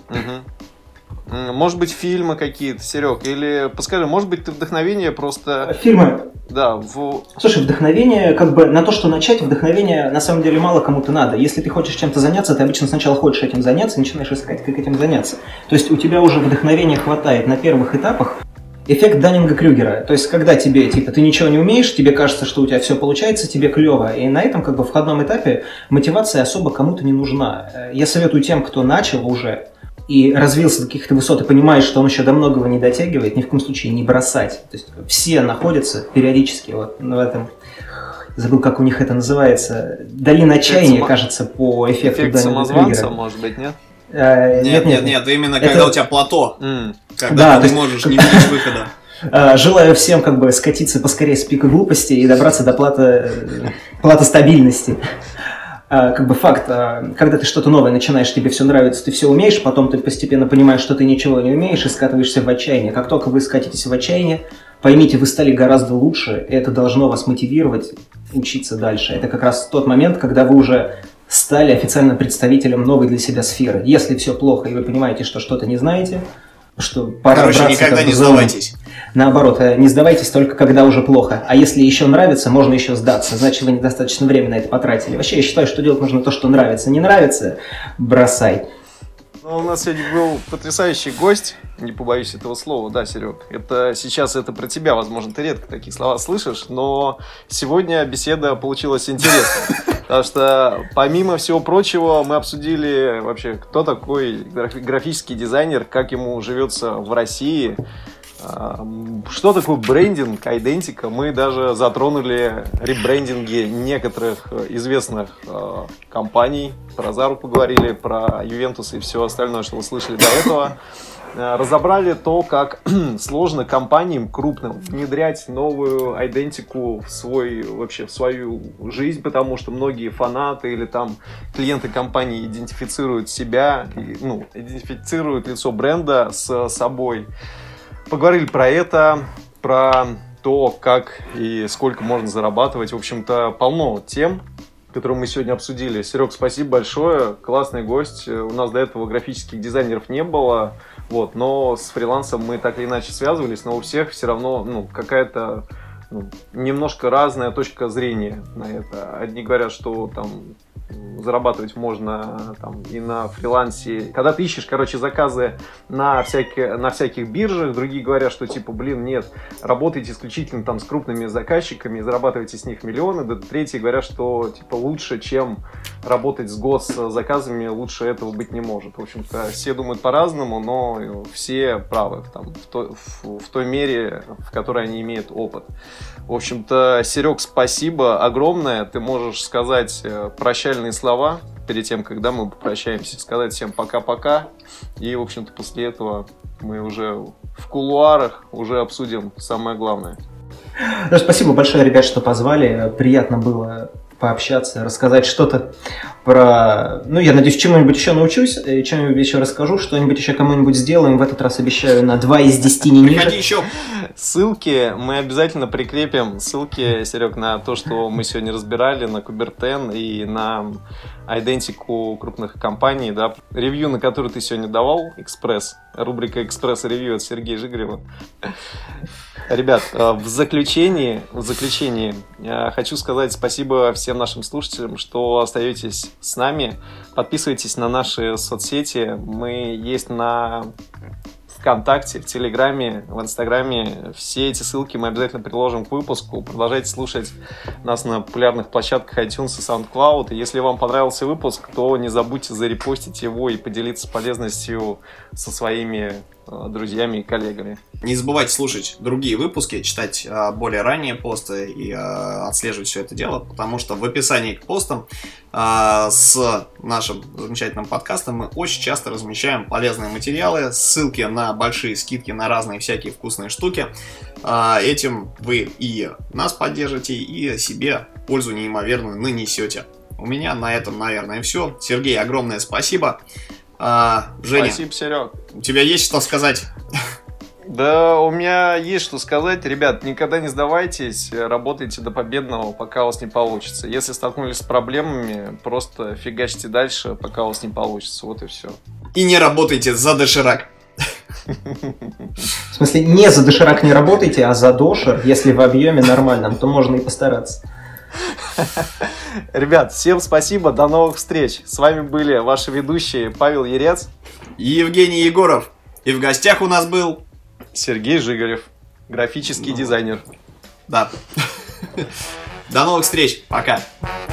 Может быть, фильмы какие-то, Серег, или подскажи, может быть, ты вдохновение просто... Фильмы? Да. Слушай, вдохновение, как бы на то, что начать, вдохновение на самом деле мало кому-то надо. Если ты хочешь чем-то заняться, ты обычно сначала хочешь этим заняться, начинаешь искать, как этим заняться. То есть у тебя уже вдохновения хватает на первых этапах. Эффект Даннинга-Крюгера. То есть, когда тебе, типа, ты ничего не умеешь, тебе кажется, что у тебя все получается, тебе клево. И на этом, как бы, входном этапе мотивация особо кому-то не нужна. Я советую тем, кто начал уже и развился до каких-то высот, и понимает, что он еще до многого не дотягивает, ни в коем случае не бросать. То есть все находятся периодически вот в этом, забыл, как у них это называется, долина отчаяния, кажется, по эффекту Даннинга-Крюгера. Эффект самозванца, может быть, нет? Нет, именно когда у тебя плато, когда ты можешь не видеть выхода. Желаю всем как бы скатиться поскорее с пика глупости и добраться до платы стабильности. Как бы факт, когда ты что-то новое начинаешь, тебе все нравится, ты все умеешь, потом ты постепенно понимаешь, что ты ничего не умеешь и скатываешься в отчаяние. Как только вы скатитесь в отчаяние, поймите, вы стали гораздо лучше, и это должно вас мотивировать учиться дальше. Это как раз тот момент, когда вы уже стали официально представителем новой для себя сферы. Если все плохо, и вы понимаете, что что-то не знаете, что пора браться... Короче, никогда не сдавайтесь. Наоборот, не сдавайтесь только когда уже плохо. А если еще нравится, можно еще сдаться. Значит, вы недостаточно времени на это потратили. Вообще, я считаю, что делать нужно то, что нравится. Не нравится — бросай. Ну, у нас сегодня был потрясающий гость, не побоюсь этого слова, да, Серег. Сейчас это про тебя, возможно, ты редко такие слова слышишь, но сегодня беседа получилась интересной. Потому что, помимо всего прочего, мы обсудили вообще, кто такой графический дизайнер, как ему живется в России, что такое брендинг, айдентика. Мы даже затронули ребрендинги некоторых известных компаний. Про Зару поговорили, про Ювентус и все остальное, что вы слышали до этого. Разобрали то, как сложно компаниям крупным внедрять новую айдентику в свою жизнь, потому что многие фанаты или там клиенты компании идентифицируют себя, идентифицируют лицо бренда с собой. Поговорили про это, про то, как и сколько можно зарабатывать. В общем-то, полно тем, которые мы сегодня обсудили. Серег, спасибо большое, классный гость. У нас до этого графических дизайнеров не было, но с фрилансом мы так или иначе связывались, но у всех все равно какая-то немножко разная точка зрения на это. Одни говорят, что там зарабатывать можно там и на фрилансе. Когда ты ищешь, заказы на всяких биржах, другие говорят, что нет, работайте исключительно там с крупными заказчиками, зарабатывайте с них миллионы. Да, третьи говорят, что лучше, чем работать с госзаказами, лучше этого быть не может. В общем-то, все думают по-разному, но все правы в той мере, в которой они имеют опыт. В общем-то, Серег, спасибо огромное. Ты можешь сказать прощальные слова перед тем, когда мы попрощаемся, сказать всем пока-пока. И, в общем-то, после этого мы уже в кулуарах уже обсудим самое главное. Спасибо большое, ребят, что позвали. Приятно было пообщаться, рассказать что-то про... Ну, я надеюсь, чему-нибудь еще научусь, чем-нибудь еще расскажу, что-нибудь еще кому-нибудь сделаем. В этот раз обещаю на 2 из 10 не ниже. Приходи еще. Ссылки мы обязательно прикрепим. Ссылки, Серег, на то, что мы сегодня разбирали, на Кубертен и на идентику крупных компаний, да. Ревью, на который ты сегодня давал, Экспресс, рубрика Экспресс-ревью от Сергея Жигарева. Ребят, в заключении я хочу сказать спасибо всем нашим слушателям, что остаетесь с нами. Подписывайтесь на наши соцсети. Мы есть на ВКонтакте, в Телеграме, в Инстаграме. Все эти ссылки мы обязательно приложим к выпуску. Продолжайте слушать нас на популярных площадках iTunes и SoundCloud. И если вам понравился выпуск, то не забудьте зарепостить его и поделиться полезностью со своими друзьями и коллегами. Не забывайте слушать другие выпуски, читать более ранние посты и отслеживать все это дело, потому что в описании к постам с нашим замечательным подкастом мы очень часто размещаем полезные материалы, ссылки на большие скидки на разные всякие вкусные штуки. Этим вы и нас поддержите, и себе пользу неимоверную нанесете. У меня на этом, наверное, все. Сергей, огромное спасибо. Женя, спасибо, Серег. У тебя есть что сказать? Да, у меня есть что сказать. Ребят, никогда не сдавайтесь, работайте до победного, пока у вас не получится. Если столкнулись с проблемами, просто фигачьте дальше, пока у вас не получится. Вот и все. И не работайте за доширак. В смысле, не за доширак не работайте, а за дошир, если в объеме нормальном, то можно и постараться. Ребят, всем спасибо, до новых встреч. С вами были ваши ведущие Павел Ерец и Евгений Егоров. И в гостях у нас был Сергей Жигарев, графический дизайнер. Да. До новых встреч. Пока.